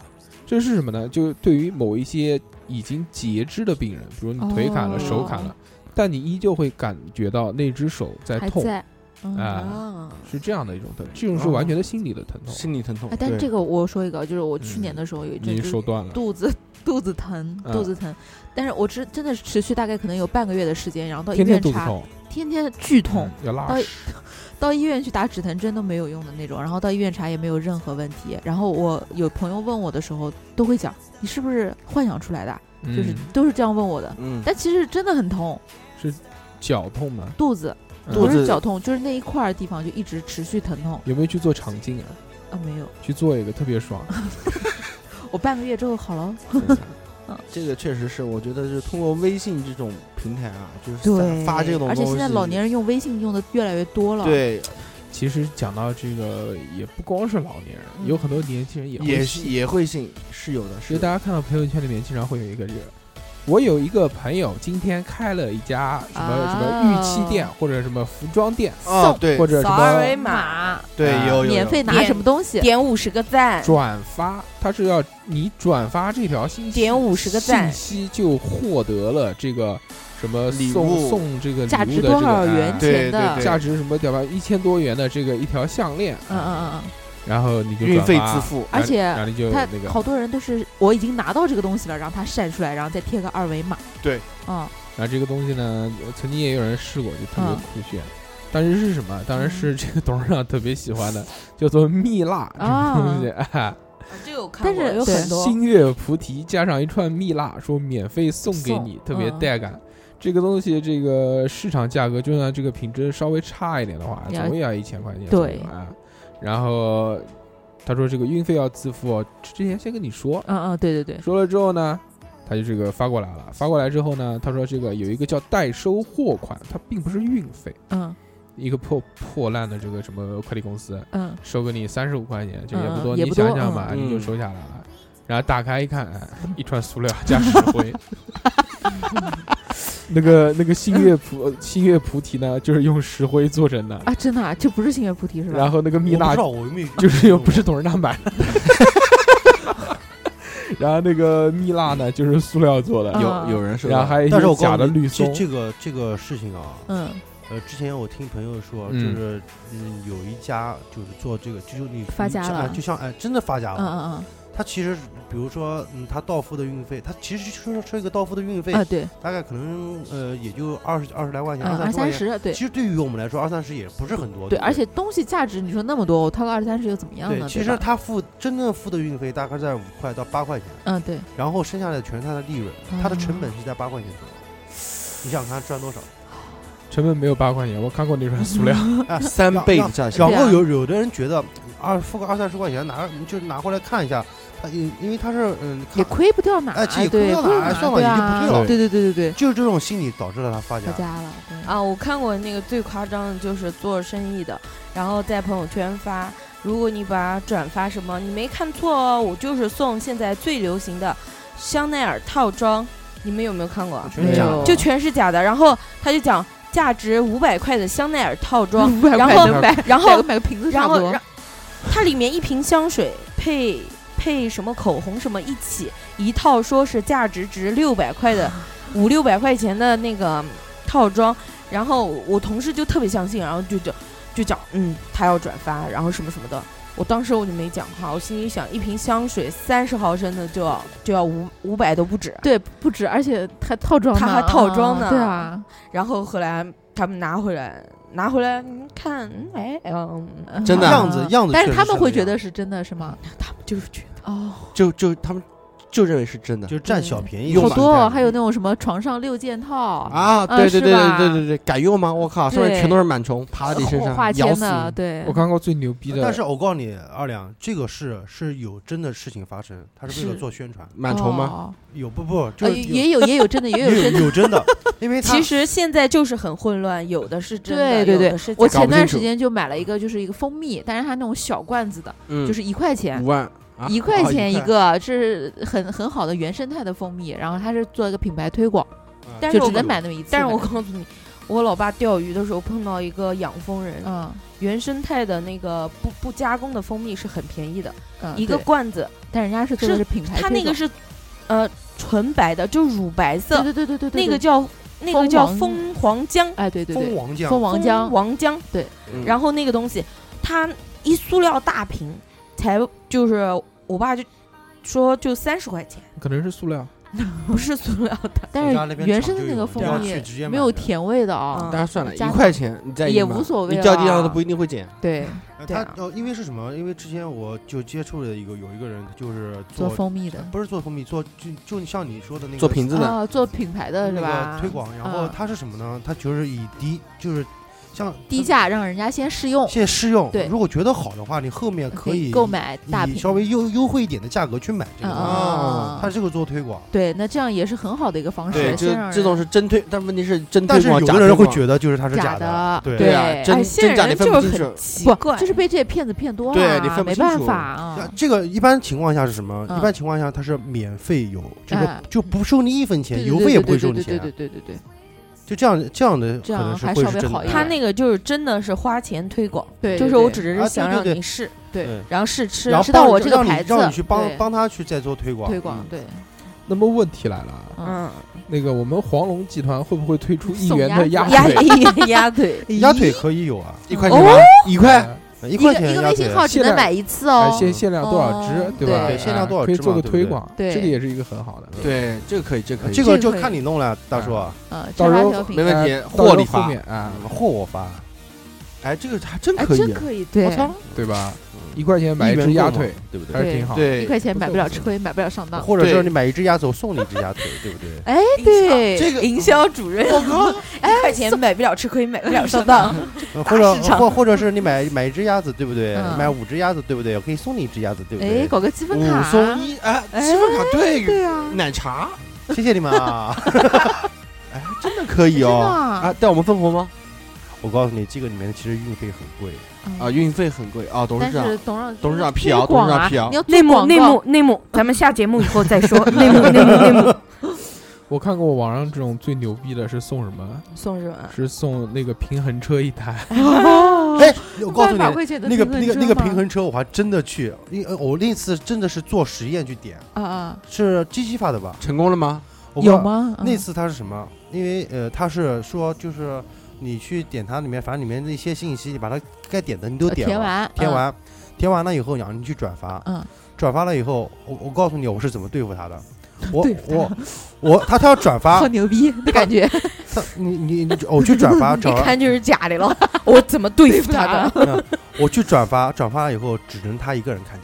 这是什么呢？就对于某一些已经截肢的病人，比如你腿砍了、 哦手砍了，但你依旧会感觉到那只手在痛， 还在。嗯啊， 啊， 是这样的一种疼，这种是完全的心理的疼痛。 心里疼痛哎，。但对这个我说一个，就是我去年的时候有一阵你子手断了， 肚子肚子疼， 嗯肚子疼，但是我真真的是持续大概可能有半个月的时间，然后到医天天院查， 肚子痛， 天天剧痛， 嗯要拉到屎。 到医院去打止疼针都没有用的那种，然后到医院查也没有任何问题。然后我有朋友问我的时候，都会讲你是不是幻想出来的，就是嗯都是这样问我的。 嗯， 但其实真的很痛， 脚痛吗？ 肚子嗯不肚子是脚痛，就是那一块儿地方就一直持续疼痛有没有去做肠镜啊？ 啊，没有。 去做一个特别爽。 我半个月之后好了。 这个确实是，我觉得是通过微信这种平台啊，就是对， 发这种东西， 而且现在老年人用微信用的越来越多了。， 对其实讲到这个，也不光是老年人， 嗯有很多年轻人也会也信是也会信，是有的， 所以是的大家看到朋友圈里面经常会有一个人，我有一个朋友今天开了一家什么、 啊什么玉器店或者什么服装店， 啊，对或者什扫二维么码， 对， 啊有有有免费拿点什么东西？ 点五十个赞， 转发，他是要你转发这条信息， 点五十个赞信息就获得了这个什么礼送物送这个价值礼物的这个多少元哎对钱的？ 对价值什么对吧？一千多元的这个一条项链， 嗯嗯嗯嗯。 然后你就运费转发自付， 而且然后你就他那个， 好多人都是我已经拿到这个东西了，让他晒出来，然后再贴个二维码。 对， 嗯， 然后这个东西呢，曾经也有人试过，就特别嗯酷炫。当时是什么？当时是这个董事长特别喜欢的，叫做蜜蜡这个东西，哎， 这个我看但过， 是对有很多。 星月菩提加上一串蜜蜡，说免费送给送你，特别嗯带感。这个东西，这个市场价格，就算这个品质稍微差一点的话， 要总也要一千块钱对左右啊。然后他说这个运费要自付哦，之前先跟你说， 嗯嗯，对对对， 说了之后呢，他就这个发过来了。发过来之后呢，他说这个有一个叫代收货款，它并不是运费。 嗯一个破破烂的这个什么快递公司嗯， 收给你三十五块钱，这也不多，你嗯也不多想想吧， 嗯你就收下来了。然后打开一看，哎一串塑料加石灰。那个那个星月菩星月菩提呢，就是用石灰做成的。 啊，真的啊，这不是星月菩提是吧？ 然后那个蜜蜡我不知道我有没有就是又不是董事长买的。然后那个蜜蜡呢，就是塑料做的， 嗯有有人收到， 然后还有一但是我些假的告诉你绿松这。这个这个事情啊， 嗯呃，之前我听朋友说，就嗯是嗯，有一家就是做这个，就就你发家了你像哎就像哎，真的发家嗯了。 嗯他其实比如说，嗯，他到付的运费，他其实就是说一个到付的运费嗯，啊对， 大概可能呃也就二十二十来块钱， 嗯二二三十块钱。 三十，对其实对于我们来说，二三十也不是很多。 对， 不而且东西价值你说那么多，我掏个二三十又怎么样对， 呢？ 其对吧实他付真正付的运费大概在五块到八块钱， 嗯对， 然后剩下的全是他的利润，他的成本是在八块钱左右。你想想看赚多少？ 成本没有八块钱，我看过那串塑料。 哎， 三倍的价钱， 然后对啊有有的人觉得二付个二三十块钱拿就拿回来看一下，他因因为他是嗯， 也看亏不掉哪， 哎其实也对， 亏不掉哪哪算法也就不对啊对了对对对对对， 就是这种心理导致了他发家发。家了，对啊，我看过那个最夸张的就是做生意的，然后在朋友圈发，如果你把它转发什么，你没看错哦，我就是送现在最流行的香奈儿套装，你们有没有看过啊？ 全是假的没有就全是假的，然后他就讲价值五百块的香奈儿套装， 五百然后块能买， 然后买个买个瓶子差不多然后然。它里面一瓶香水配配什么口红什么一起一套，说是价值值六百块的五六百块钱的那个套装，然后我同事就特别相信，然后就就就讲嗯他要转发，然后什么什么的。我当时我就没讲话，我心里想，一瓶香水三十毫升的就要就要五五百都不止。 对，不止，而且还套装呢， 它还套装呢啊对啊， 然后后来他们拿回来，拿回来嗯看，嗯哎嗯， 嗯真的啊样子样子， 但是他们会觉得是真的是吗？ 他们就是觉得哦， 就就他们就认为是真的就是占小便宜， 用好多哦， 用满概率还有那种什么床上六件套， 啊！ 啊对对对是吧对对对对，敢用吗？我靠，上面对全都是螨虫，爬在你身上花咬死钱的， 你。 对我，看过最牛逼的， 但是我告诉你，二两这个事是有真的事情发生，他是为了是做宣传。 螨虫吗？ 哦？ 有不不，就呃， 是也有也有真的，也有有真的。 有真的，因为他其实现在就是很混乱，有的是真的， 对对对有的是我假的前段时间就买了一个，就是一个蜂蜜，但是它那种小罐子的， 嗯， 就是一块钱五，万啊一块哦一块钱一个，是很很好的原生态的蜂蜜，然后它是做一个品牌推广， 但是我就只能买那么一次。 但是我告诉你， 我老爸钓鱼的时候碰到一个养蜂人， 嗯原生态的那个不不加工的蜂蜜是很便宜的， 嗯， 一个对罐子， 但人家是做的是品牌推广， 它那个是呃纯白的，就乳白色， 对对对对对， 那个叫那个叫蜂皇浆， 哎对对对， 蜂王酱， 蜂王浆， 王浆， 对， 嗯然后那个东西，它一塑料大瓶才就是我爸就说就三十块钱， 可能是塑料， 不是塑料的， 但我家那边是原生厂就有的那个蜂你要蜜去直接买没有的甜味的啊嗯， 当然算了，一加块钱你在意也吗无所谓你掉地上了都不一定会捡。 对， 呃对啊他哦，因为是什么？因为之前我就接触了一个有一个人，就是做做蜂蜜的不是做蜂蜜，做就就像你说的那个做瓶子的， 啊，做品牌的是那吧？ 个推广，然后嗯他是什么呢？他就是以低就是像低价让人家先试用， 先试用， 对如果觉得好的话，你后面可以购买大瓶， 以稍微优优惠一点的价格去买这个嗯东西。 嗯他这个做推广， 对，那这样也是很好的一个方式。 对，这先让人这种是真推，但问题是真推但是广假有的人会推广觉得就是它是假的， 的对对啊， 对真哎，现真假你在人就是分不清楚很。奇不怪， 就是被这些骗子骗多了， 对你分不没清楚办法啊啊。这个一般情况下是什么？ 嗯一般情况下它是免费邮，就是哎就不收你一分钱， 对邮费也不会收你对钱， 对对对对对就这样这样的可这样能是还会是真的。 稍微好一点他那个就是真的是花钱推广， 对， 就是我只是啊想对对对让你试， 对对然后试吃， 然后知道帮让你我这个牌子让你去帮对帮他去再做推广， 推广对， 那么问题来了， 嗯， 嗯， 那个我们黄龙集团会不会推出一送鸭子元的鸭鸭腿？ 鸭腿， 鸭腿可以有啊， 一块钱吗？一块， 一一块钱鸭个一个微信腿号只限量能买一次哎哦， 限限量多少只哦， 对吧？ 对限量多少可以做个只嘛对不对推广， 对这个也是一个很好的。 对，这个可以，这个可以， 这个就这个可以看你弄了，大叔， 嗯， 到时候叉叉调频没问题哎，到时候货里发后面啊， 货我发， 哎，这个还真哎， 可以真，可以，对我操， 对吧？一块钱买一只一元购嘛鸭腿， 对不对？ 还是挺好。 对一块钱买不了吃不错亏，买不了上当。 或者是对你买一只鸭子，我送你一只鸭腿，对不对？ 哎，对， 这个营销主任，一块钱买不了吃亏，买不了上当， 呃或者市场或或者是你买买一只鸭子，对不对？ 嗯买五只鸭子，对不对？我可以送你一只鸭子，对不哎， 对？ 搞个积分五卡， 送一，哎， 哎积分卡对， 对啊， 奶茶， 谢谢你们啊！ 哎，真的可以真的哦， 啊啊，带我们分红吗？ 我告诉你，这个里面其实运费很贵， 嗯啊，运费很贵啊，董但事长是董事长董事长推辟谣广啊董事长辟谣你要做内幕广告内幕内幕，咱们下节目以后再说，内幕内幕内幕， 我看过网上这种最牛逼的是送什么？ 送什么？ 是送那个平衡车一台。 哎，我告诉你万把，块钱的那个平衡那个那个车嘛平衡车我还真的去，因呃我那次真的是做实验去点， 啊啊， 是机器发的吧？ 成功了吗？ 我告有吗？嗯那次它是什么？因为呃，它是说就是你去点它里面，反正里面的一些信息，你把它该点的你都呃点了， 填完， 填完，填完了以后，然后你去转发， 嗯， 转发了以后，我我告诉你我是怎么对付他的，我对付他我我他他要转嗯， 发好，牛逼的感觉， 他你你你我去转发， 一转看就是假的了，我怎么对付他的？ 嗯我去转发，转发了以后只能他一个人看见，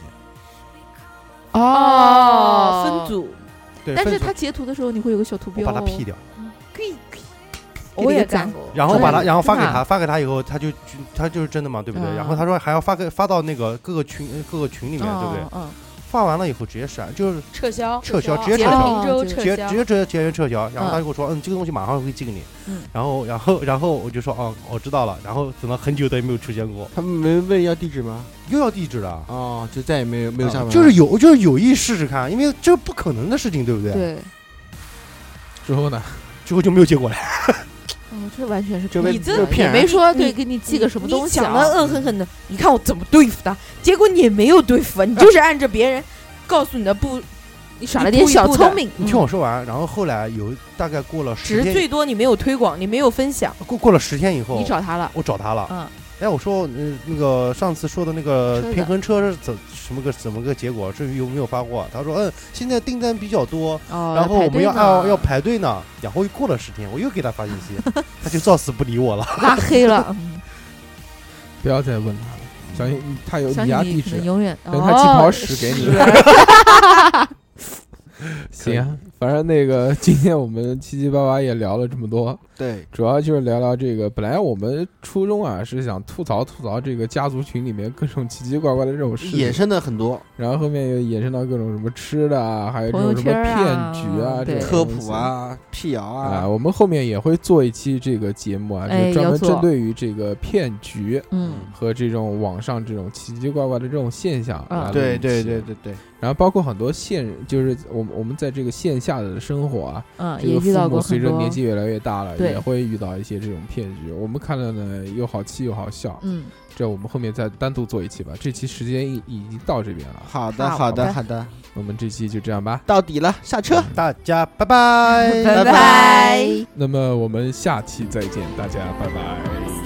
哦，分组， 对， 但是分组他截图的时候你会有个小图我标， 把它 P 掉， 我也赞干过， 然后把它真的然后发给他， 真的啊发给他以后他就他就是真的嘛，对不对？ 嗯然后他说还要发给发到那个各个群各个群里面，对不对？ 嗯， 发完了以后直接删，就是撤销撤销，直接截撤销。 屏之后哦撤销直接直，接直接直接撤销，然后嗯他就跟我说，嗯，这个东西马上会寄给你， 嗯然后然后然后我就说，哦，我知道了，然后等了很久都没有出现过， 他们没问要地址吗？ 又要地址了， 哦，就再也没有没有下文了， 啊就是有就是有意试试看，因为这不可能的事情，对不对？ 对， 之后呢？ 最后就没有结果了。 哦，这完全是就被骗子就骗人也没说对你给你寄个什么东西你讲的啊， 恶狠狠的，你看我怎么对付他，结果你也没有对付啊，你就是按着别人告诉你的步， 你耍了点小聪明， 你听我说完，然后后来有大概过了只十天， 是最多你没有推广，你没有分享， 过过了十天以后， 你找他了， 我找他了， 嗯， 哎，我说，嗯、那个上次说的那个车子平衡车是怎什么个怎么个结果？是有没有发货？他说，嗯，现在订单比较多， 哦， 然后我们要排队呢要要排队呢。然后又过了十天，我又给他发信息，他就照死不理我了。 拉黑了，嗯不要再问他了，相信他有相你家地址信你可能，永远让他寄泡哦屎给你是行啊，反正那个今天我们七七八八也聊了这么多， 对， 主要就是聊聊这个。本来我们初衷啊是想吐槽吐槽这个家族群里面各种奇奇怪怪的这种事情， 衍生的很多然后后面又衍生到各种什么吃的啊，还有这种什么朋友圈骗啊局啊， 对这种科东西普啊、辟谣啊， 啊， 我们后面也会做一期这个节目啊， 哎就专门要做针对于这个骗局嗯， 和这种网上这种奇奇怪怪的这种现象啊来录对一期对对，对对， 然后包括很多线，就是我们我们在这个线下的生活啊， 嗯， 这个父母也遇到过很多随着年纪越来越大了， 对对也会遇到一些这种骗局。我们看了呢，又好气又好笑。 嗯， 这我们后面再单独做一期吧。这期时间已已经到这边了， 好的， 好好的， 的好的， 我们这期就这样吧。 到底了，下车。 大家拜拜。 拜拜。 那么我们下期再见，大家拜拜。